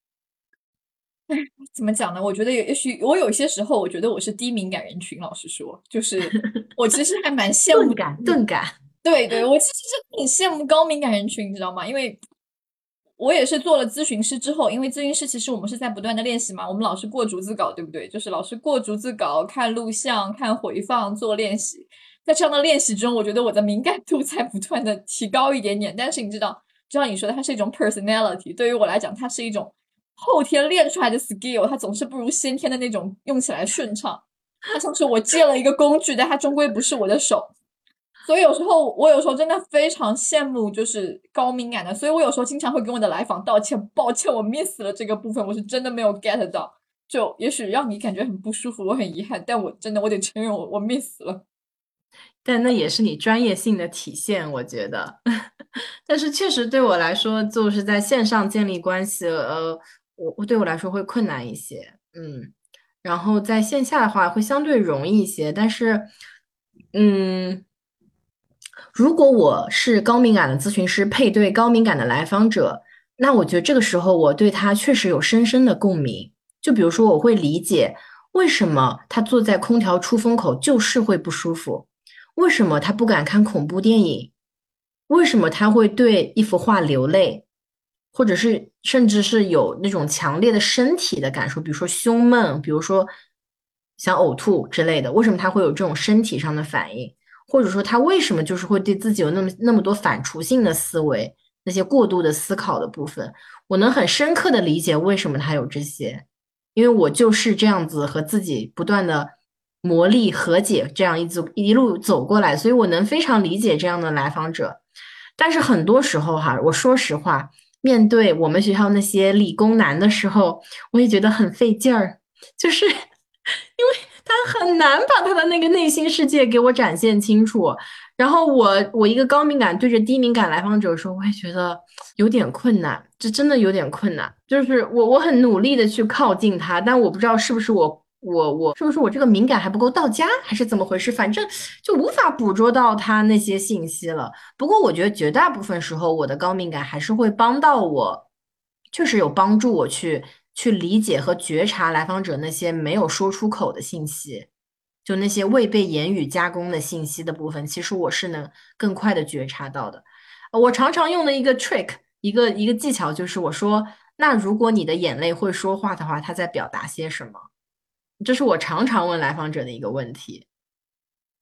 [SPEAKER 1] 怎么讲呢？我觉得也也许我有些时候，我觉得我是低敏感人群。老实说，就是我其实还蛮羡慕，
[SPEAKER 2] 钝感，钝感。
[SPEAKER 1] 对对，我其实是很羡慕高敏感人群，你知道吗？因为我也是做了咨询师之后，因为咨询师其实我们是在不断的练习嘛，我们老是过逐字稿，对不对？就是老是过逐字稿、看录像、看回放、做练习。在这样的练习中，我觉得我的敏感度在不断的提高一点点。但是你知道，就像你说的，它是一种 personality，对于我来讲，它是一种后天练出来的 skill，它总是不如先天的那种用起来顺畅。它像是我借了一个工具，但它终归不是我的手。所以有时候我有时候真的非常羡慕就是高敏感的，所以我有时候经常会跟我的来访道歉，抱歉我 miss 了这个部分，我是真的没有 get 到，就也许让你感觉很不舒服，我很遗憾，但我真的我得承认我我 miss 了。
[SPEAKER 2] 但那也是你专业性的体现，我觉得。但是确实对我来说，就是在线上建立关系，呃，我我对我来说会困难一些，嗯，然后在线下的话会相对容易一些，但是，嗯，如果我是高敏感的咨询师配对高敏感的来访者，那我觉得这个时候我对他确实有深深的共鸣。就比如说，我会理解为什么他坐在空调出风口就是会不舒服，为什么他不敢看恐怖电影，为什么他会对一幅画流泪，或者是甚至是有那种强烈的身体的感受，比如说胸闷，比如说想呕吐之类的，为什么他会有这种身体上的反应？或者说他为什么就是会对自己有那么那么多反刍性的思维，那些过度的思考的部分，我能很深刻的理解为什么他有这些，因为我就是这样子和自己不断的磨砺和解，这样一走一路走过来，所以我能非常理解这样的来访者。但是很多时候哈，我说实话，面对我们学校那些理工男的时候，我也觉得很费劲儿，就是因为他很难把他的那个内心世界给我展现清楚。然后我我一个高敏感对着低敏感来访者的时候，我也觉得有点困难，这真的有点困难。就是我我很努力的去靠近他，但我不知道是不是我我我是不是我这个敏感还不够到家，还是怎么回事？反正就无法捕捉到他那些信息了。不过我觉得绝大部分时候，我的高敏感还是会帮到我，确实有帮助我去去理解和觉察来访者那些没有说出口的信息，就那些未被言语加工的信息的部分，其实我是能更快的觉察到的。呃我常常用的一个 trick，一个一个技巧就是我说，那如果你的眼泪会说话的话，它在表达些什么？这是我常常问来访者的一个问题。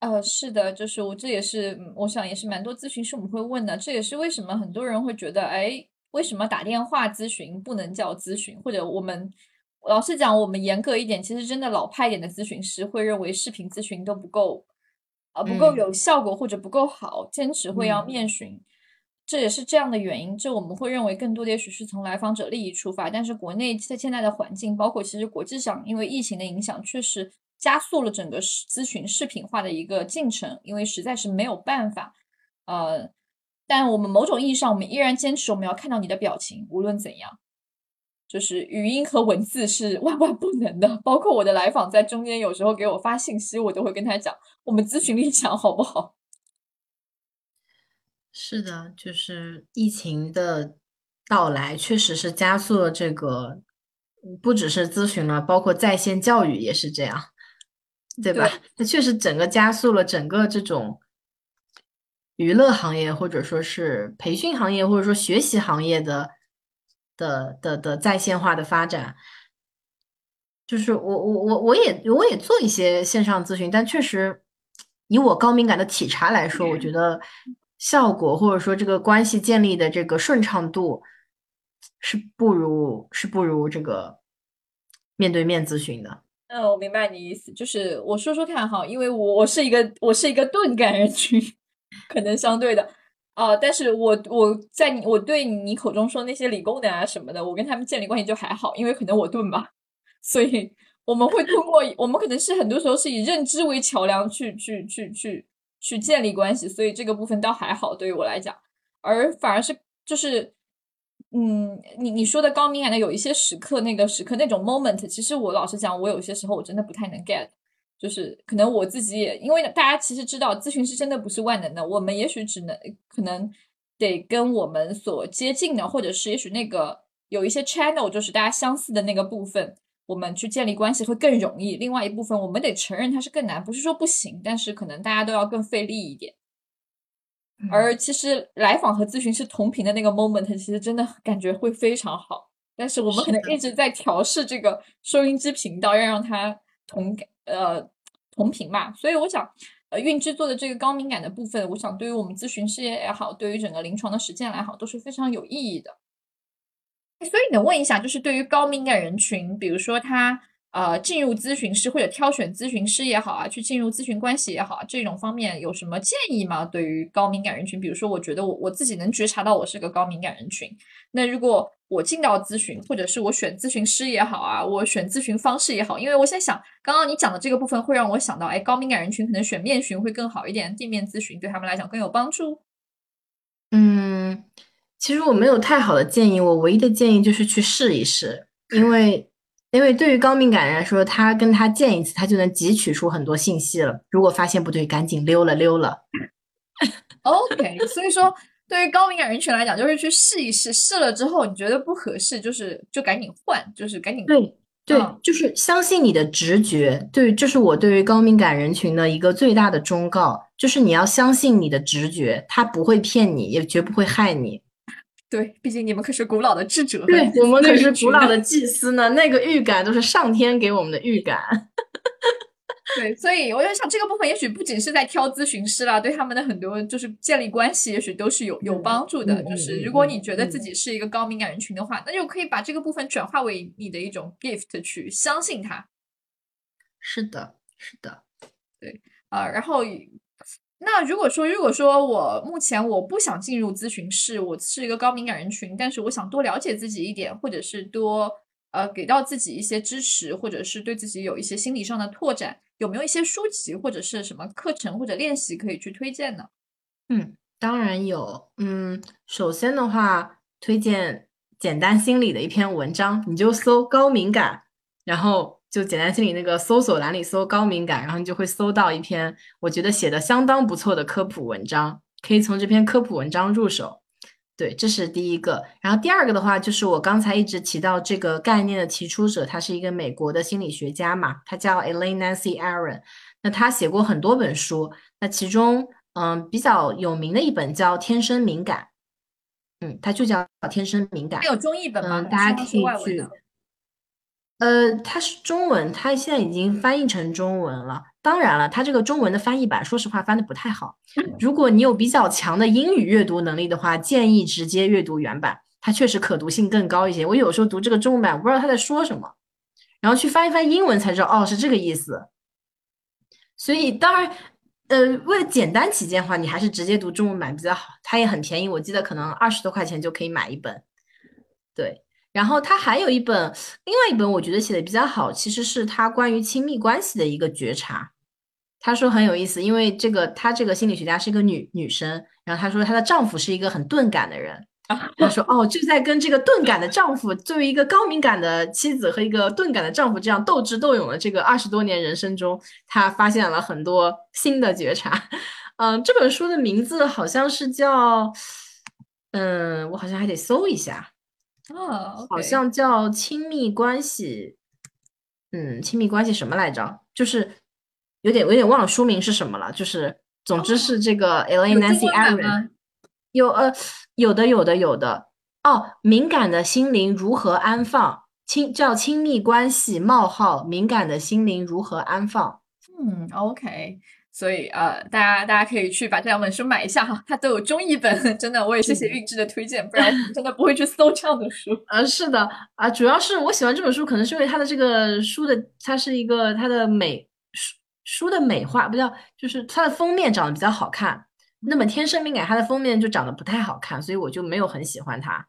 [SPEAKER 1] 呃，是的，就是我这也是，嗯我想也是蛮多咨询师我们会问的，这也是为什么很多人会觉得，哎，为什么打电话咨询不能叫咨询？或者我们老实讲，我们严格一点，其实真的老派一点的咨询师会认为视频咨询都不够，呃，不够
[SPEAKER 2] 嗯
[SPEAKER 1] 有效果或者不够好，坚持会要
[SPEAKER 2] 嗯
[SPEAKER 1] 面询。这也是这样的原因，这我们会认为更多的也许是从来访者利益出发，但是国内在现在的环境，包括其实国际上，因为疫情的影响，确实加速了整个视咨询视频化的一个进程，因为实在是没有办法，呃，但我们某种意义上，我们依然坚持我们要看到你的表情，无论怎样，就是语音和文字是万万不能的。包括我的来访在中间有时候给我发信息，我都会跟他讲，我们咨询力强好不好？
[SPEAKER 2] 是的，就是疫情的到来，确实是加速了这个，嗯不只是咨询了，包括在线教育也是这样，对吧？
[SPEAKER 1] 对，
[SPEAKER 2] 它确实整个加速了整个这种娱乐行业，或者说是培训行业，或者说学习行业的的的的在线化的发展。就是我我我我也我也做一些线上咨询，但确实以我高敏感的体察来说，我觉得效果或者说这个关系建立的这个顺畅度是不如是不如这个面对面咨询的。
[SPEAKER 1] 嗯，我明白你意思，就是我说说看哈，因为我我是一个我是一个钝感人群，可能相对的啊、但是我我在你我对你口中说那些理工男啊什么的，我跟他们建立关系就还好，因为可能我钝吧，所以我们会通过我们可能是很多时候是以认知为桥梁去去去去去建立关系，所以这个部分倒还好，对于我来讲，而反而是就是嗯，你你说的高敏感的有一些时刻，那个时刻那种 moment，其实我老实讲，我有些时候我真的不太能 get，就是可能我自己也，因为大家其实知道，咨询师真的不是万能的，我们也许只能可能得跟我们所接近的，或者是也许那个有一些 channel，就是大家相似的那个部分，我们去建立关系会更容易。另外一部分，我们得承认它是更难，不是说不行，但是可能大家都要更费力一点。而
[SPEAKER 2] 嗯，
[SPEAKER 1] 其实来访和咨询师同频的那个 moment，其实真的感觉会非常好。但是我们可
[SPEAKER 2] 是的，
[SPEAKER 1] 能一直在调试这个收音机频道，要让它同呃同频嘛。所以我想，呃，运制作的这个高敏感的部分，我想对于我们咨询师也好，对于整个临床的实践来好，都是非常有意义的。所以能问一下，就是对于高敏感人群，比如说他呃进入咨询师或者挑选咨询师也好啊，去进入咨询关系也好啊，这种方面有什么建议吗？对于高敏感人群，比如说我觉得我我自己能觉察到我是个高敏感人群，那如果我进到咨询，或者是我选咨询师也好啊，我选咨询方式也好，因为我在想，刚刚你讲的这个部分会让我想到，哎，高敏感人群可能选面询会更好一点，地面咨询对他们来讲更有帮助。
[SPEAKER 2] 嗯，其实我没有太好的建议，我唯一的建议就是去试一试，因为因为对于高敏感人来说，他跟他见一次，他就能汲取出很多信息了。如果发现不对，赶紧溜了溜了。
[SPEAKER 1] OK，所以说对于高敏感人群来讲，就是去试一试，试了之后你觉得不合适，就是就赶紧换，就是赶紧，
[SPEAKER 2] 对对，
[SPEAKER 1] 嗯，
[SPEAKER 2] 就是相信你的直觉。对，这是我对于高敏感人群的一个最大的忠告，就是你要相信你的直觉，他不会骗你，也绝不会害你。
[SPEAKER 1] 对，毕竟你们可是古老的智者和
[SPEAKER 2] 对，
[SPEAKER 1] 祭司
[SPEAKER 2] 我们可是
[SPEAKER 1] 人群呢。
[SPEAKER 2] 古老的祭司呢，那个预感都是上天给我们的预感。
[SPEAKER 1] 对，所以我在想，这个部分也许不仅是在挑咨询师啦，对他们的很多就是建立关系，也许都是有有
[SPEAKER 2] 嗯
[SPEAKER 1] 帮助的。就
[SPEAKER 2] 嗯嗯
[SPEAKER 1] 是如果你
[SPEAKER 2] 嗯
[SPEAKER 1] 觉得自
[SPEAKER 2] 嗯
[SPEAKER 1] 己是一个高敏感人群的话，那就可以把这个部分转化为你的一种 gift，去相信它。
[SPEAKER 2] 是的，是的。
[SPEAKER 1] 对，啊，然后那如果说，如果说我目前我不想进入咨询室，我是一个高敏感人群，但是我想多了解自己一点，或者是多呃给到自己一些支持，或者是对自己有一些心理上的拓展，有没有一些书籍或者是什么课程或者练习可以去推荐呢？
[SPEAKER 2] 嗯，当然有。嗯，首先的话，推荐简单心理的一篇文章，你就搜高敏感，然后就简单心理那个搜索栏里搜高敏感，然后你就会搜到一篇我觉得写的相当不错的科普文章，可以从这篇科普文章入手。对，这是第一个。然后第二个的话，就是我刚才一直提到这个概念的提出者，他是一个美国的心理学家嘛，他叫 Elaine Nancy Aaron。那他写过很多本书，那其中嗯比较有名的一本叫《天生敏感》，嗯，它就叫《天生敏感》。
[SPEAKER 1] 它有中译本吗？
[SPEAKER 2] 嗯，
[SPEAKER 1] 还是它是
[SPEAKER 2] 大家可以去。
[SPEAKER 1] 外文的？
[SPEAKER 2] 呃，它是中文，它现在已经翻译成中文了。当然了，它这个中文的翻译版，说实话翻的不太好。如果你有比较强的英语阅读能力的话，建议直接阅读原版，它确实可读性更高一些。我有时候读这个中文版，我不知道他在说什么，然后去翻一翻英文才知道，哦，是这个意思。所以当然，呃，为了简单起见的话，你还是直接读中文版比较好，它也很便宜，我记得可能二十多块钱就可以买一本。对，然后他还有一本，另外一本我觉得写的比较好，其实是他关于亲密关系的一个觉察。他说很有意思，因为这个他这个心理学家是一个女女生，然后她说她的丈夫是一个很钝感的人。她说哦，就在跟这个钝感的丈夫，作为一个高敏感的妻子和一个钝感的丈夫这样斗智斗勇的这个二十多年人生中，她发现了很多新的觉察。嗯，这本书的名字好像是叫，嗯，我好像还得搜一下。
[SPEAKER 1] 啊
[SPEAKER 2] 好
[SPEAKER 1] ，OK。
[SPEAKER 2] 像叫亲密关系，嗯，亲密关系什么来着？就是有点有点忘了书名是什么了。就是总之
[SPEAKER 1] 哦，
[SPEAKER 2] 是这个 Elaine
[SPEAKER 1] 有中
[SPEAKER 2] Nancy
[SPEAKER 1] 文版
[SPEAKER 2] Aaron
[SPEAKER 1] 吗？
[SPEAKER 2] 有呃有的有的有的哦，敏感的心灵如何安放？亲叫亲密关系冒号敏感的心灵如何安放？
[SPEAKER 1] 嗯，OK。所以呃，大家大家可以去把这两本书买一下哈，它都有中译本。真的，我也谢
[SPEAKER 2] 是的。
[SPEAKER 1] 谢韵之的推荐，不然我真的不会去搜这样的书。
[SPEAKER 2] 呃，是的啊，主要是我喜欢这本书，可能是因为它的这个书的，它是一个它的美书书的美化，不叫，就是它的封面长得比较好看。那么天生敏感，它的封面就长得不太好看，所以我就没有很喜欢它。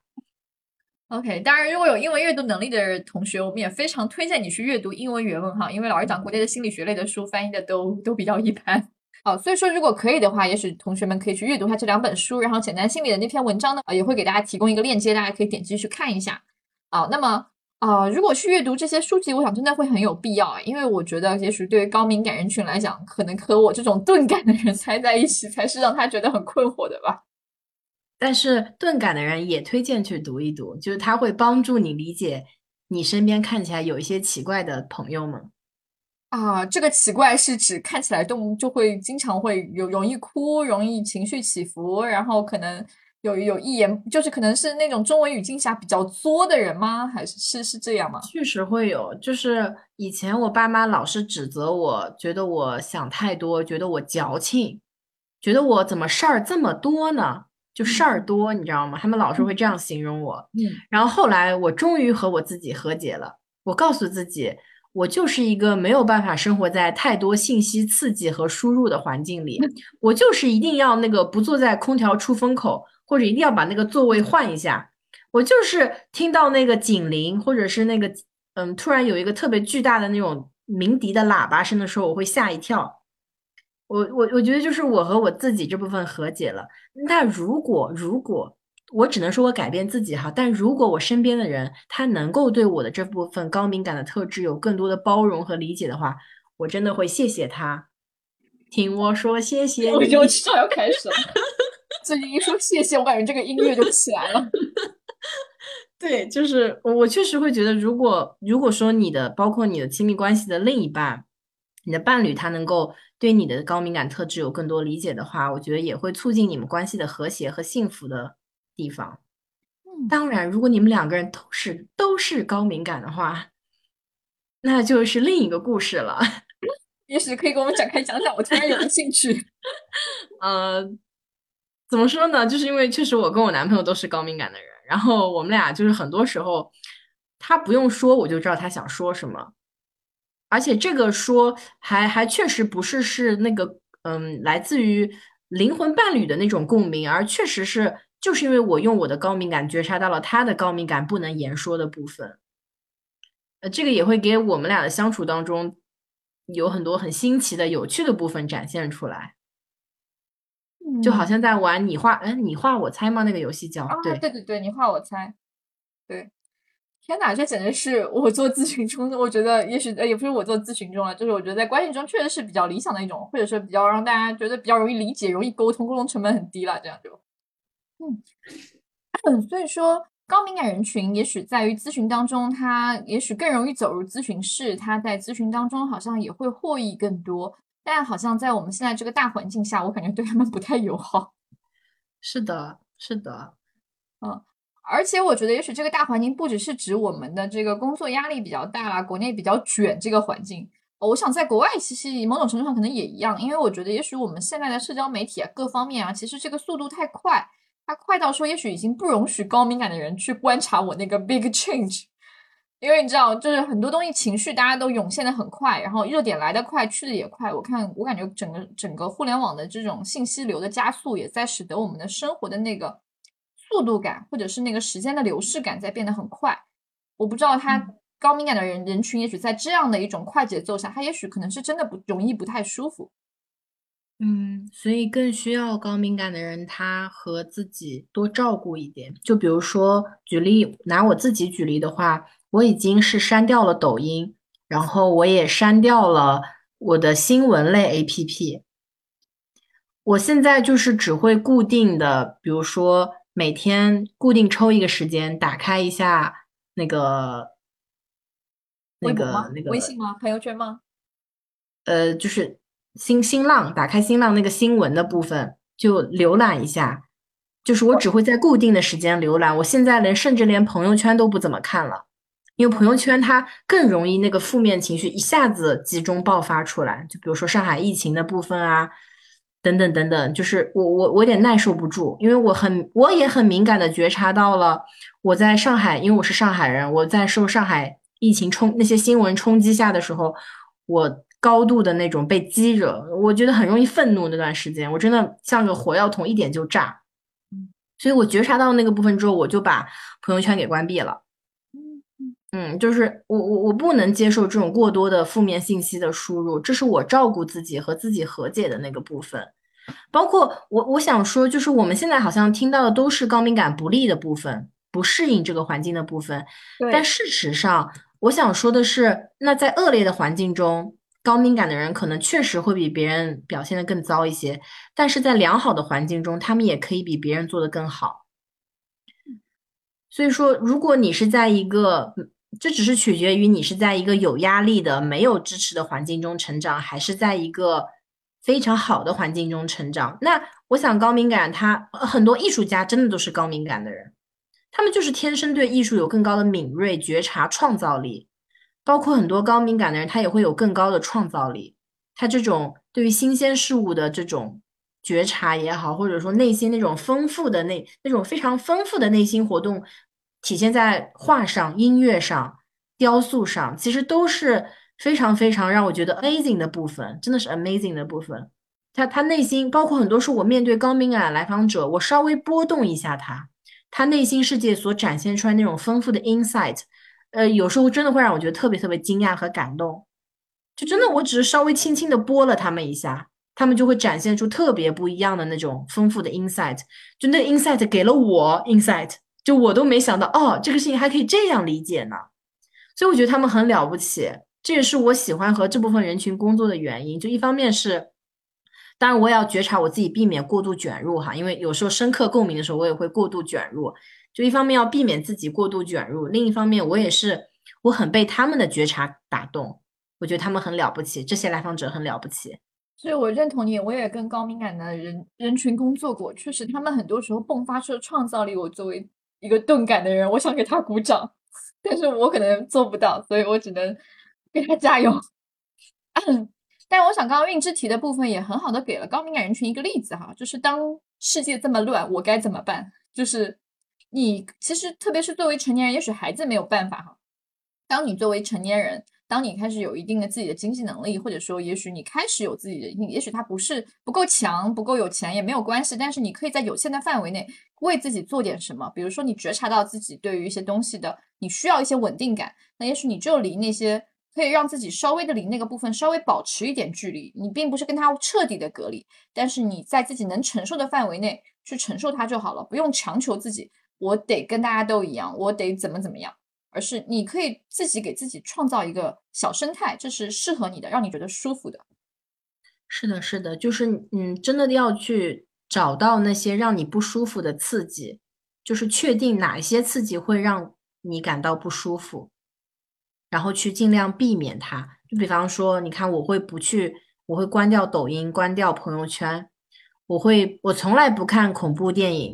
[SPEAKER 1] OK，当然，如果有英文阅读能力的同学，我们也非常推荐你去阅读英文原文哈，因为老实讲，国内的心理学类的书翻译的都都比较一般。好，所以说如果可以的话，也许同学们可以去阅读一下这两本书，然后简单心理的那篇文章呢，呃也会给大家提供一个链接，大家可以点击去看一下。啊，那么啊、呃如果去阅读这些书籍，我想真的会很有必要啊，因为我觉得也许对于高敏感人群来讲，可能和我这种钝感的人猜在一起，才是让他觉得很困惑的吧。
[SPEAKER 2] 但是钝感的人也推荐去读一读，就是它会帮助你理解你身边看起来有一些奇怪的朋友们。
[SPEAKER 1] 啊，这个奇怪是指看起来动就会经常会有容易哭，容易情绪起伏，然后可能有有一言就是可能是那种中文语境下比较作的人吗？还是是是这样吗？
[SPEAKER 2] 确实会有，就是以前我爸妈老是指责我，觉得我想太多，觉得我矫情，觉得我怎么事儿这么多呢？就事儿
[SPEAKER 1] 嗯
[SPEAKER 2] 多，你知道吗？他们老是会这样形容我。
[SPEAKER 1] 嗯
[SPEAKER 2] 然后后来我终于和我自己和解了，我告诉自己，我就是一个没有办法生活在太多信息刺激和输入的环境里，我就是一定要那个不坐在空调出风口，或者一定要把那个座位换一下。我就是听到那个警铃，或者是那个嗯，突然有一个特别巨大的那种鸣笛的喇叭声的时候，我会吓一跳。我我我觉得就是我和我自己这部分和解了。那如果如果我只能说我改变自己哈，但如果我身边的人他能够对我的这部分高敏感的特质有更多的包容和理解的话，我真的会谢谢他。听我说，谢谢
[SPEAKER 1] 我就
[SPEAKER 2] 你。
[SPEAKER 1] 知道要开始了。最近一说谢谢，我感觉这个音乐就起来了。
[SPEAKER 2] 对，就是我我确实会觉得，如果如果说你的包括你的亲密关系的另一半，你的伴侣他能够对你的高敏感特质有更多理解的话，我觉得也会促进你们关系的和谐和幸福的地方。
[SPEAKER 1] 嗯，
[SPEAKER 2] 当然，如果你们两个人都是都是高敏感的话，那就是另一个故事了。
[SPEAKER 1] 也许可以给我们展开讲讲，我突然有了兴趣。
[SPEAKER 2] 呃，怎么说呢？就是因为确实我跟我男朋友都是高敏感的人，然后我们俩就是很多时候他不用说我就知道他想说什么。而且这个说还还确实不是是那个嗯，来自于灵魂伴侣的那种共鸣，而确实是就是因为我用我的高敏感觉察到了他的高敏感不能言说的部分。呃，这个也会给我们俩的相处当中有很多很新奇的、有趣的部分展现出来，就好
[SPEAKER 1] 嗯
[SPEAKER 2] 像在玩你画，嗯，你画我猜吗？那个游戏
[SPEAKER 1] 啊，
[SPEAKER 2] 叫，对。
[SPEAKER 1] 对对对，你画我猜。对，天哪，这简直是我做咨询中，我觉得也许呃也不是我做咨询中了，就是我觉得在关系中确实是比较理想的一种，或者说比较让大家觉得比较容易理解、容易沟通，沟通成本很低了，这样就嗯。嗯，所以说高敏感人群也许在于咨询当中，他也许更容易走入咨询室，他在咨询当中好像也会获益更多，但好像在我们现在这个大环境下，我感觉对他们不太友好。
[SPEAKER 2] 是的，是的。
[SPEAKER 1] 嗯。 而且我觉得，也许这个大环境不只是指我们的这个工作压力比较大啦，国内比较卷这个环境，我想在国外其实某种程度上可能也一样，因为我觉得也许我们现在的社交媒体啊，各方面啊，其实这个速度太快，它快到说也许已经不容许高敏感的人去观察我那个 big change。因为你知道，就是很多东西情绪大家都涌现的很快，然后热点来得快，去的也快。我看，我感觉整个整个互联网的这种信息流的加速，也在使得我们的生活的那个速度感，或者是那个时间的流逝感在变得很快。我不知道他高敏感的人人群，也许在这样的一种快节奏下，他也许可能是真的不容易不太舒服。
[SPEAKER 2] 嗯，所以更需要高敏感的人，他和自己多照顾一点。就比如说，举例，拿我自己举例的话，我已经是删掉了抖音，然后我也删掉了我的新闻类 A P P。我现在就是只会固定的，比如说每天固定抽一个时间，打开一下那个那
[SPEAKER 1] 微博吗？
[SPEAKER 2] 个那个
[SPEAKER 1] 微信吗？朋友圈吗？
[SPEAKER 2] 呃，就是新新浪，打开新浪那个新闻的部分，就浏览一下。就是我只会在固定的时间浏览，我现在连甚至连朋友圈都不怎么看了，因为朋友圈它更容易那个负面情绪一下子集中爆发出来。就比如说上海疫情的部分啊，等等等等，就是我我我有点耐受不住，因为我很我也很敏感的觉察到了我在上海，因为我是上海人，我在受上海疫情冲那些新闻冲击下的时候，我高度的那种被激惹，我觉得很容易愤怒。那段时间，我真的像个火药桶，一点就炸。所以我觉察到那个部分之后，我就把朋友圈给关闭了。
[SPEAKER 1] 嗯嗯。
[SPEAKER 2] 嗯，就是我我我不能接受这种过多的负面信息的输入，这是我照顾自己和自己和解的那个部分。包括我我想说，就是我们现在好像听到的都是高敏感不利的部分，不适应这个环境的部分。但
[SPEAKER 1] 对。
[SPEAKER 2] 事实上，我想说的是，那在恶劣的环境中，高敏感的人可能确实会比别人表现得更糟一些，但是在良好的环境中，他们也可以比别人做得更好。所以说，如果你是在一个，嗯这只是取决于你是在一个有压力的、没有支持的环境中成长，还是在一个非常好的环境中成长。那我想，高敏感他呃很多艺术家真的都是高敏感的人，他们就是天生对艺术有更高的敏锐、觉察、创造力。包括很多高敏感的人，他也会有更高的创造力。他这种对于新鲜事物的这种觉察也好，或者说内心那种丰富的那那种非常丰富的内心活动，体现在画上、音乐上、雕塑上，其实都是非常非常让我觉得 amazing 的部分，真的是 amazing 的部分。他他内心包括很多是我面对高敏感来访者，我稍微波动一下他，他内心世界所展现出来那种丰富的 insight，呃，有时候真的会让我觉得特别特别惊讶和感动。就真的，我只是稍微轻轻的拨了他们一下，他们就会展现出特别不一样的那种丰富的 insight。就那个 insight 给了我 insight，就我都没想到，哦，这个事情还可以这样理解呢。所以我觉得他们很了不起，这也是我喜欢和这部分人群工作的原因。就一方面是，当然我也要觉察我自己，避免过度卷入哈，因为有时候深刻共鸣的时候，我也会过度卷入。就一方面要避免自己过度卷入，另一方面我也是我很被他们的觉察打动。我觉得他们很了不起，这些来访者很了不起。
[SPEAKER 1] 所以我认同你，我也跟高敏感的人人群工作过，确实他们很多时候迸发出的创造力，我作为一个钝感的人，我想给他鼓掌，但是我可能做不到，所以我只能给他加油。但我想刚刚韵之提的部分也很好的给了高敏感人群一个例子哈，就是当世界这么乱，我该怎么办？就是你其实特别是作为成年人，也许孩子没有办法哈，当你作为成年人，当你开始有一定的自己的经济能力，或者说也许你开始有自己的，也许他不是不够强，不够有钱也没有关系，但是你可以在有限的范围内为自己做点什么。比如说你觉察到自己对于一些东西的，你需要一些稳定感，那也许你就离那些可以让自己稍微的离那个部分稍微保持一点距离，你并不是跟他彻底的隔离，但是你在自己能承受的范围内去承受它就好了，不用强求自己，我得跟大家都一样，我得怎么怎么样。而是你可以自己给自己创造一个小生态，这是适合你的，让你觉得舒服的。
[SPEAKER 2] 是的，是的，就是嗯，真的要去找到那些让你不舒服的刺激，就是确定哪一些刺激会让你感到不舒服，然后去尽量避免它。就比方说，你看，我会不去，我会关掉抖音，关掉朋友圈，我会，我从来不看恐怖电影，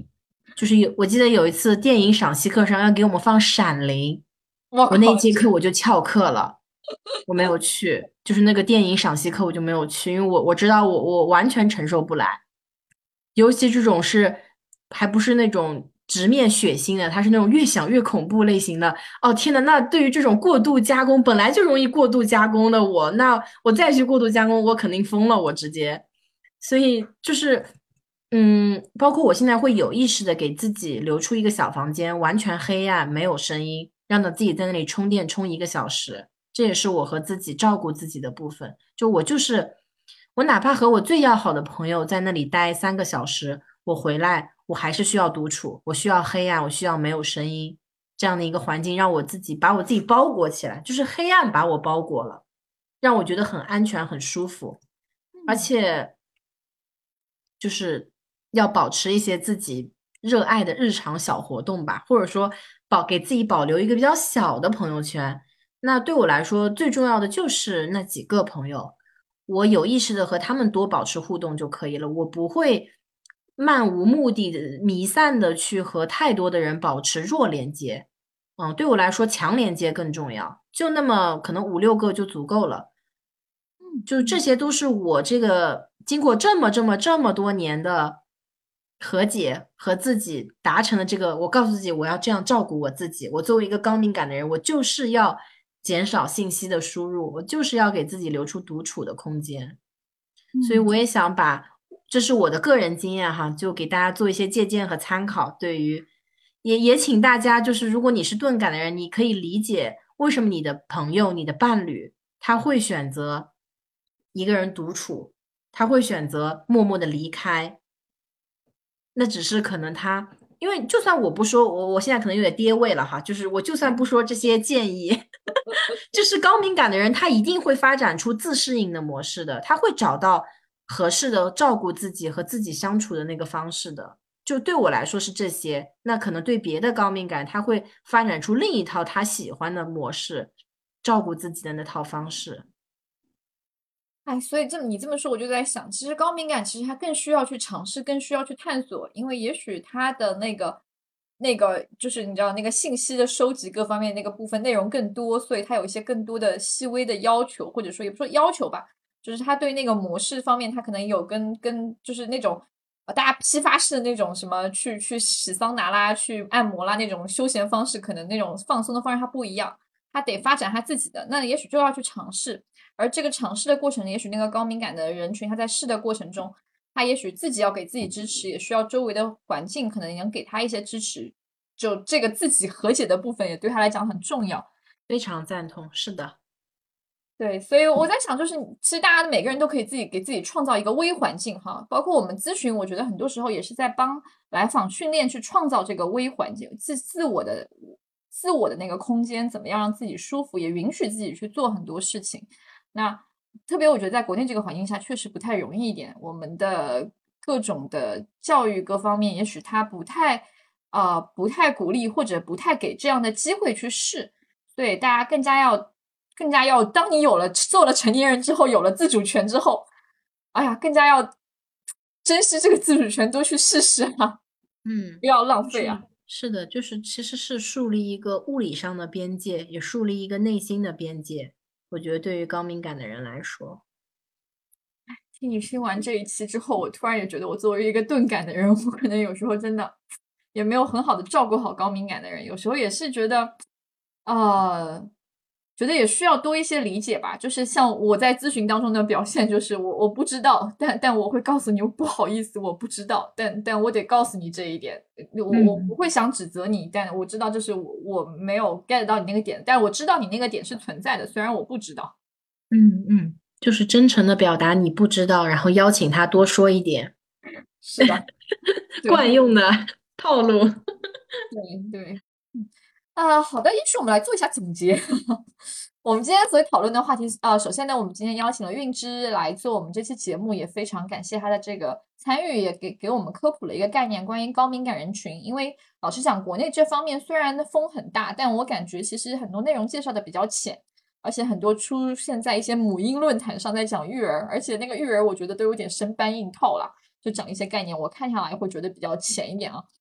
[SPEAKER 2] 就是有，我记得有一次电影赏析课上要给我们放《闪灵》，我那一
[SPEAKER 1] 我靠，
[SPEAKER 2] 节课我就翘课了，我没有去，就是那个电影赏析课我就没有去，因为我我知道我我完全承受不来。尤其这种是还不是那种直面血腥的，它是那种越想越恐怖类型的。哦天呐，那对于这种过度加工，本来就容易过度加工的我，那我再去过度加工，我肯定疯了，我直接。所以就是，嗯，包括我现在会有意识的给自己留出一个小房间，完全黑暗，没有声音，让他自己在那里充电充一个小时。这也是我和自己照顾自己的部分。就我就是。我哪怕和我最要好的朋友在那里待三个小时，我回来我还是需要独处，我需要黑暗，我需要没有声音这样的一个环境，让我自己把我自己包裹起来，就是黑暗把我包裹了，让我觉得很安全、很舒服，而
[SPEAKER 1] 嗯
[SPEAKER 2] 且就是要保持一些自己热爱的日常小活动吧，或者说保给自己保留一个比较小的朋友圈。那对我来说，最重要的就是那几个朋友。我有意识的和他们多保持互动就可以了，我不会漫无目的的、弥散的去和太多的人保持弱连接。嗯，对我来说，强连接更重要，就那么可能五六个就足够了。就这
[SPEAKER 1] 嗯嗯。
[SPEAKER 2] 些都是我这个经过这么这么这么多年的和解和自己达成的这个，我告诉自己我要这样照顾我自己。我作为一个高敏感的人，我就是要减少信息的输入，我就是要给自己留出独处的空间。所以
[SPEAKER 1] 嗯
[SPEAKER 2] 我也想把，这是我的个人经验哈，就给大家做一些借鉴和参考。对于，也也请大家就是，如果你是钝感的人，你可以理解为什么你的朋友、你的伴侣他会选择一个人独处，他会选择默默的离开。那只是可能他，因为就算我不说，我我现在可能有点跌位了哈，就是我就算不说这些建议，就是高敏感的人，他一定会发展出自适应的模式的，他会找到合适的照顾自己和自己相处的那个方式的。就对我来说是这些，那可能对别的高敏感，他会发展出另一套他喜欢的模式，照顾自己的那套方式。
[SPEAKER 1] 哎，所以这么你这么说，我就在想，其实高敏感其实他更需要去尝试，更需要去探索，因为也许他的那个那个就是你知道那个信息的收集各方面那个部分内容更多，所以他有一些更多的细微的要求，或者说也不说要求吧，就是他对那个模式方面，他可能有跟跟就是那种呃大家批发式的那种什么去去洗桑拿啦、去按摩啦那种休闲方式，可能那种放松的方式它不一样，他得发展他自己的，那也许就要去尝试。而这个尝试的过程，也许那个高敏感的人群，他在试的过程中，他也许自己要给自己支持，也需要周围的环境可能能给他一些支持。就这个自己和解的部分，也对他来讲很重要。
[SPEAKER 2] 非常赞同，是的。
[SPEAKER 1] 对，所以我在想，就是其实大家每个人都可以自己给自己创造一个微环境哈，包括我们咨询，我觉得很多时候也是在帮来访训练去创造这个微环境，自自我的自我的那个空间，怎么样让自己舒服，也允许自己去做很多事情。那特别我觉得在国内这个环境下，确实不太容易一点。我们的各种的教育各方面，也许他不太呃不太鼓励或者不太给这样的机会去试。对，大家更加要更加要，当你有了做了成年人之后，有了自主权之后，哎呀，更加要珍惜这个自主权，多去试试啊，
[SPEAKER 2] 嗯，
[SPEAKER 1] 不要浪费啊。
[SPEAKER 2] 就是是的，就是其实是树立一个物理上的边界，也树立一个内心的边界。我觉得对于高敏感的人来说，
[SPEAKER 1] 听你听完这一期之后，我突然也觉得，我作为一个钝感的人，我可能有时候真的也没有很好的照顾好高敏感的人，有时候也是觉得，呃，觉得也需要多一些理解吧。就是像我在咨询当中的表现，就是我我不知道，但但我会告诉你，不好意思，我不知道，但但我得告诉你这一点。我我不
[SPEAKER 2] 嗯
[SPEAKER 1] 会想指责你，但我知道这是我我没有 get 到你那个点，但我知道你那个点是存在的，虽然我不知道。
[SPEAKER 2] 嗯嗯，就是真诚的表达你不知道，然后邀请他多说一点，
[SPEAKER 1] 是的，对
[SPEAKER 2] 惯用的套路。
[SPEAKER 1] 对对。啊，好的，也许我们来做一下总结。我们今天所讨论的话题，啊，首先呢，我们今天邀请了韵之来做我们这期节目，也非常感谢他的这个参与，也给给我们科普了一个概念，关于高敏感人群。因为老实讲，国内这方面虽然风很大，但我感觉其实很多内容介绍的比较浅，而且很多出现在一些母婴论坛上在讲育儿，而且那个育儿我觉得都有点生搬硬套了，就讲一些概念，我看下来会觉得比较浅一点啊。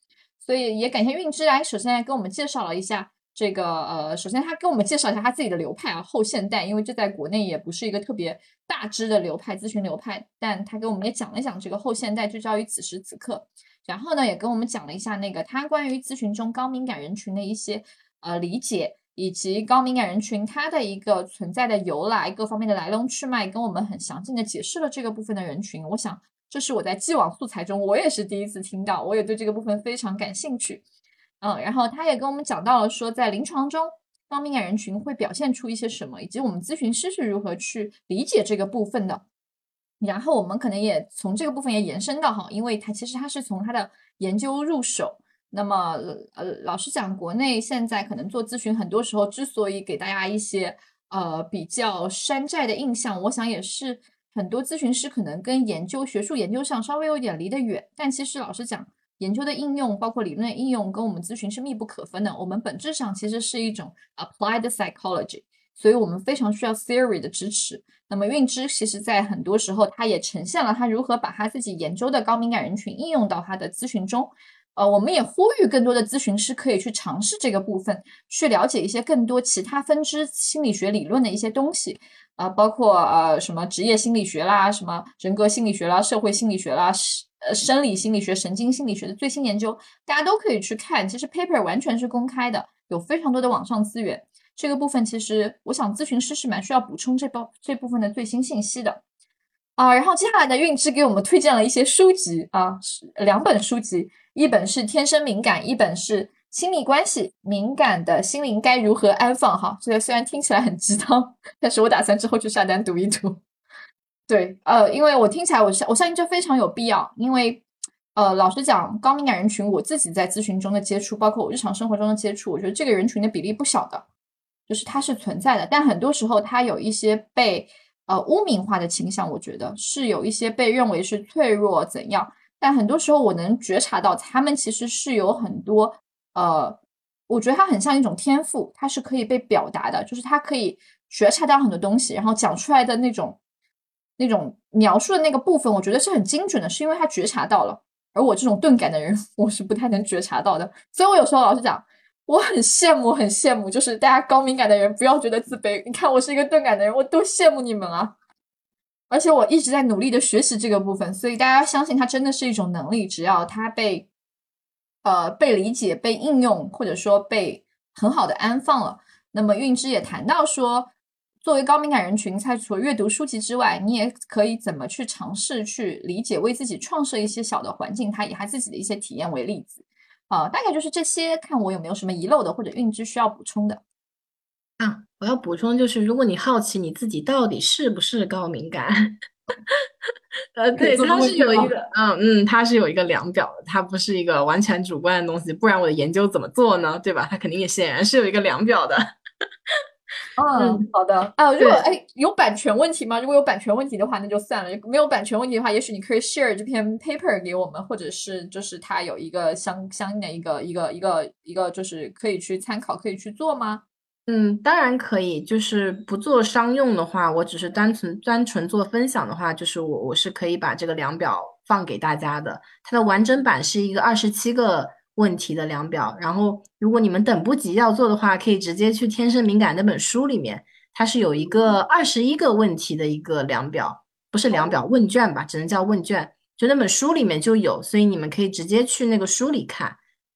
[SPEAKER 1] 所以也感谢韵之来，首先来跟我们介绍了一下这个呃，首先他跟我们介绍一下他自己的流派啊，后现代，因为这在国内也不是一个特别大支的流派，咨询流派，但他给我们也讲了讲这个后现代聚焦于此时此刻，然后呢，也跟我们讲了一下那个他关于咨询中高敏感人群的一些呃理解。以及高敏感人群它的一个存在的由来，各方面的来龙去脉，跟我们很详尽的解释了这个部分的人群。我想这是我在既往素材中我也是第一次听到，我也对这个部分非常感兴趣。嗯，然后他也跟我们讲到了说，在临床中高敏感人群会表现出一些什么，以及我们咨询师是如何去理解这个部分的。然后我们可能也从这个部分也延伸到哈，因为他其实他是从他的研究入手。那么呃，老实讲，国内现在可能做咨询，很多时候之所以给大家一些呃比较山寨的印象，我想也是很多咨询师可能跟研究学术研究上稍微有点离得远，但其实老实讲，研究的应用包括理论的应用跟我们咨询是密不可分的。我们本质上其实是一种 applied psychology， 所以我们非常需要 theory 的支持。那么韵之其实在很多时候，他也呈现了他如何把他自己研究的高敏感人群应用到他的咨询中。呃，我们也呼吁更多的咨询师可以去尝试这个部分，去了解一些更多其他分支心理学理论的一些东西啊、呃，包括呃什么职业心理学啦，什么人格心理学啦，社会心理学啦，呃生理心理学、神经心理学的最新研究，大家都可以去看。其实 paper 完全是公开的，有非常多的网上资源。这个部分其实我想咨询师是蛮需要补充这包这部分的最新信息的。啊，然后接下来的韵之给我们推荐了一些书籍啊，两本书籍，一本是《天生敏感》，一本是《亲密关系：敏感的心灵该如何安放》哈。这个虽然听起来很鸡汤，但是我打算之后去下单读一读。对，呃，因为我听起来我相我相信这非常有必要，因为呃，老实讲，高敏感人群我自己在咨询中的接触，包括我日常生活中的接触，我觉得这个人群的比例不小的，就是它是存在的，但很多时候它有一些被呃污名化的倾向，我觉得是有一些被认为是脆弱怎样，但很多时候我能觉察到他们其实是有很多呃，我觉得它很像一种天赋，它是可以被表达的，就是它可以觉察到很多东西，然后讲出来的那种那种描述的那个部分，我觉得是很精准的，是因为他觉察到了，而我这种钝感的人，我是不太能觉察到的，所以我有时候老实讲。我很羡慕，很羡慕，就是大家高敏感的人不要觉得自卑。你看我是一个钝感的人，我多羡慕你们啊！而且我一直在努力的学习这个部分，所以大家相信它真的是一种能力，只要它被呃被理解、被应用，或者说被很好的安放了。那么韵之也谈到说，作为高敏感人群，在除了阅读书籍之外，你也可以怎么去尝试去理解，为自己创设一些小的环境，他以他自己的一些体验为例子。啊，大概就是这些，看我有没有什么遗漏的或者韵之需要补充的
[SPEAKER 2] 啊。我要补充就是，如果你好奇你自己到底是不是高敏感，呃，对，它是有一个，嗯嗯，它是有一个量表的，它不是一个完全主观的东西，不然我的研究怎么做呢？对吧？它肯定也显然是有一个量表的。
[SPEAKER 1] 嗯，
[SPEAKER 2] 嗯，
[SPEAKER 1] 好的啊。如果
[SPEAKER 2] 对，
[SPEAKER 1] 哎有版权问题吗？如果有版权问题的话，那就算了；没有版权问题的话，也许你可以 share 这篇 paper 给我们，或者是就是它有一个相相应的一个一个一个一个，就是可以去参考，可以去做吗？
[SPEAKER 2] 嗯，当然可以，就是不做商用的话，我只是单纯单纯做分享的话，就是我我是可以把这个量表放给大家的。它的完整版是一个二十七个问题的量表，然后如果你们等不及要做的话，可以直接去《天生敏感》那本书里面，它是有一个二十一个问题的一个量表，不是量表，问卷吧，只能叫问卷，就那本书里面就有，所以你们可以直接去那个书里看。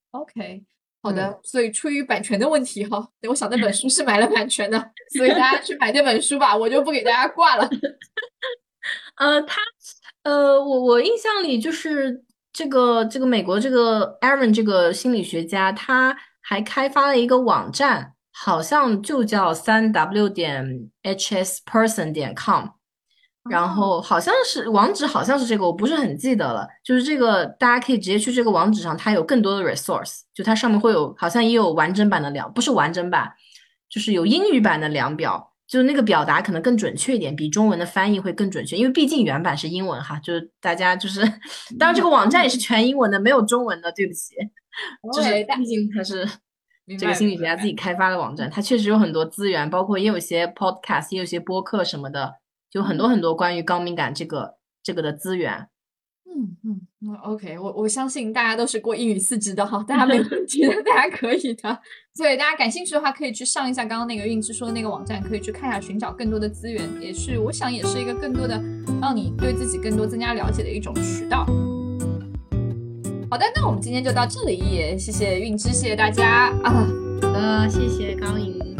[SPEAKER 1] OK，好
[SPEAKER 2] 嗯。
[SPEAKER 1] 的。所以出于版权的问题哈，我想那本书是买了版权的，所以大家去买那本书吧，我就不给大家挂了。
[SPEAKER 2] 呃，他，呃，我我印象里就是这个这个美国这个 Aaron 这个心理学家，他还开发了一个网站，好像就叫三 w 点 h s person 点 com，然
[SPEAKER 1] 哦
[SPEAKER 2] 后好像是网址好像是这个，我不是很记得了。就是这个，大家可以直接去这个网址上，它有更多的 resource，就它上面会有，好像也有完整版的量，不是完整版，就是有英语版的量表。就是那个表达可能更准确一点，比中文的翻译会更准确，因为毕竟原版是英文哈，就是大家就是，当然这个网站也是全英文的，没有中文的，对不起，就是
[SPEAKER 1] ，OK，大
[SPEAKER 2] 毕竟它是这个
[SPEAKER 1] 明白
[SPEAKER 2] 心理学家自己开发的网站，它确实有很多资源，包括也有一些 podcast，也有一些播客什么的，就很多很多关于高敏感这个这个的资源。
[SPEAKER 1] 嗯嗯嗯 OK，我我相信大家都是过英语四级的哈，大家没问题的，大家可以的。所以大家感兴趣的话，可以去上一下刚刚那个韵之说的那个网站，可以去看一下，寻找更多的资源，也是我想也是一个更多的让你对自己更多增加了解的一种渠道。好的，那我们今天就到这里，也谢谢韵之，谢谢大家啊。
[SPEAKER 2] 好的，谢谢高颖。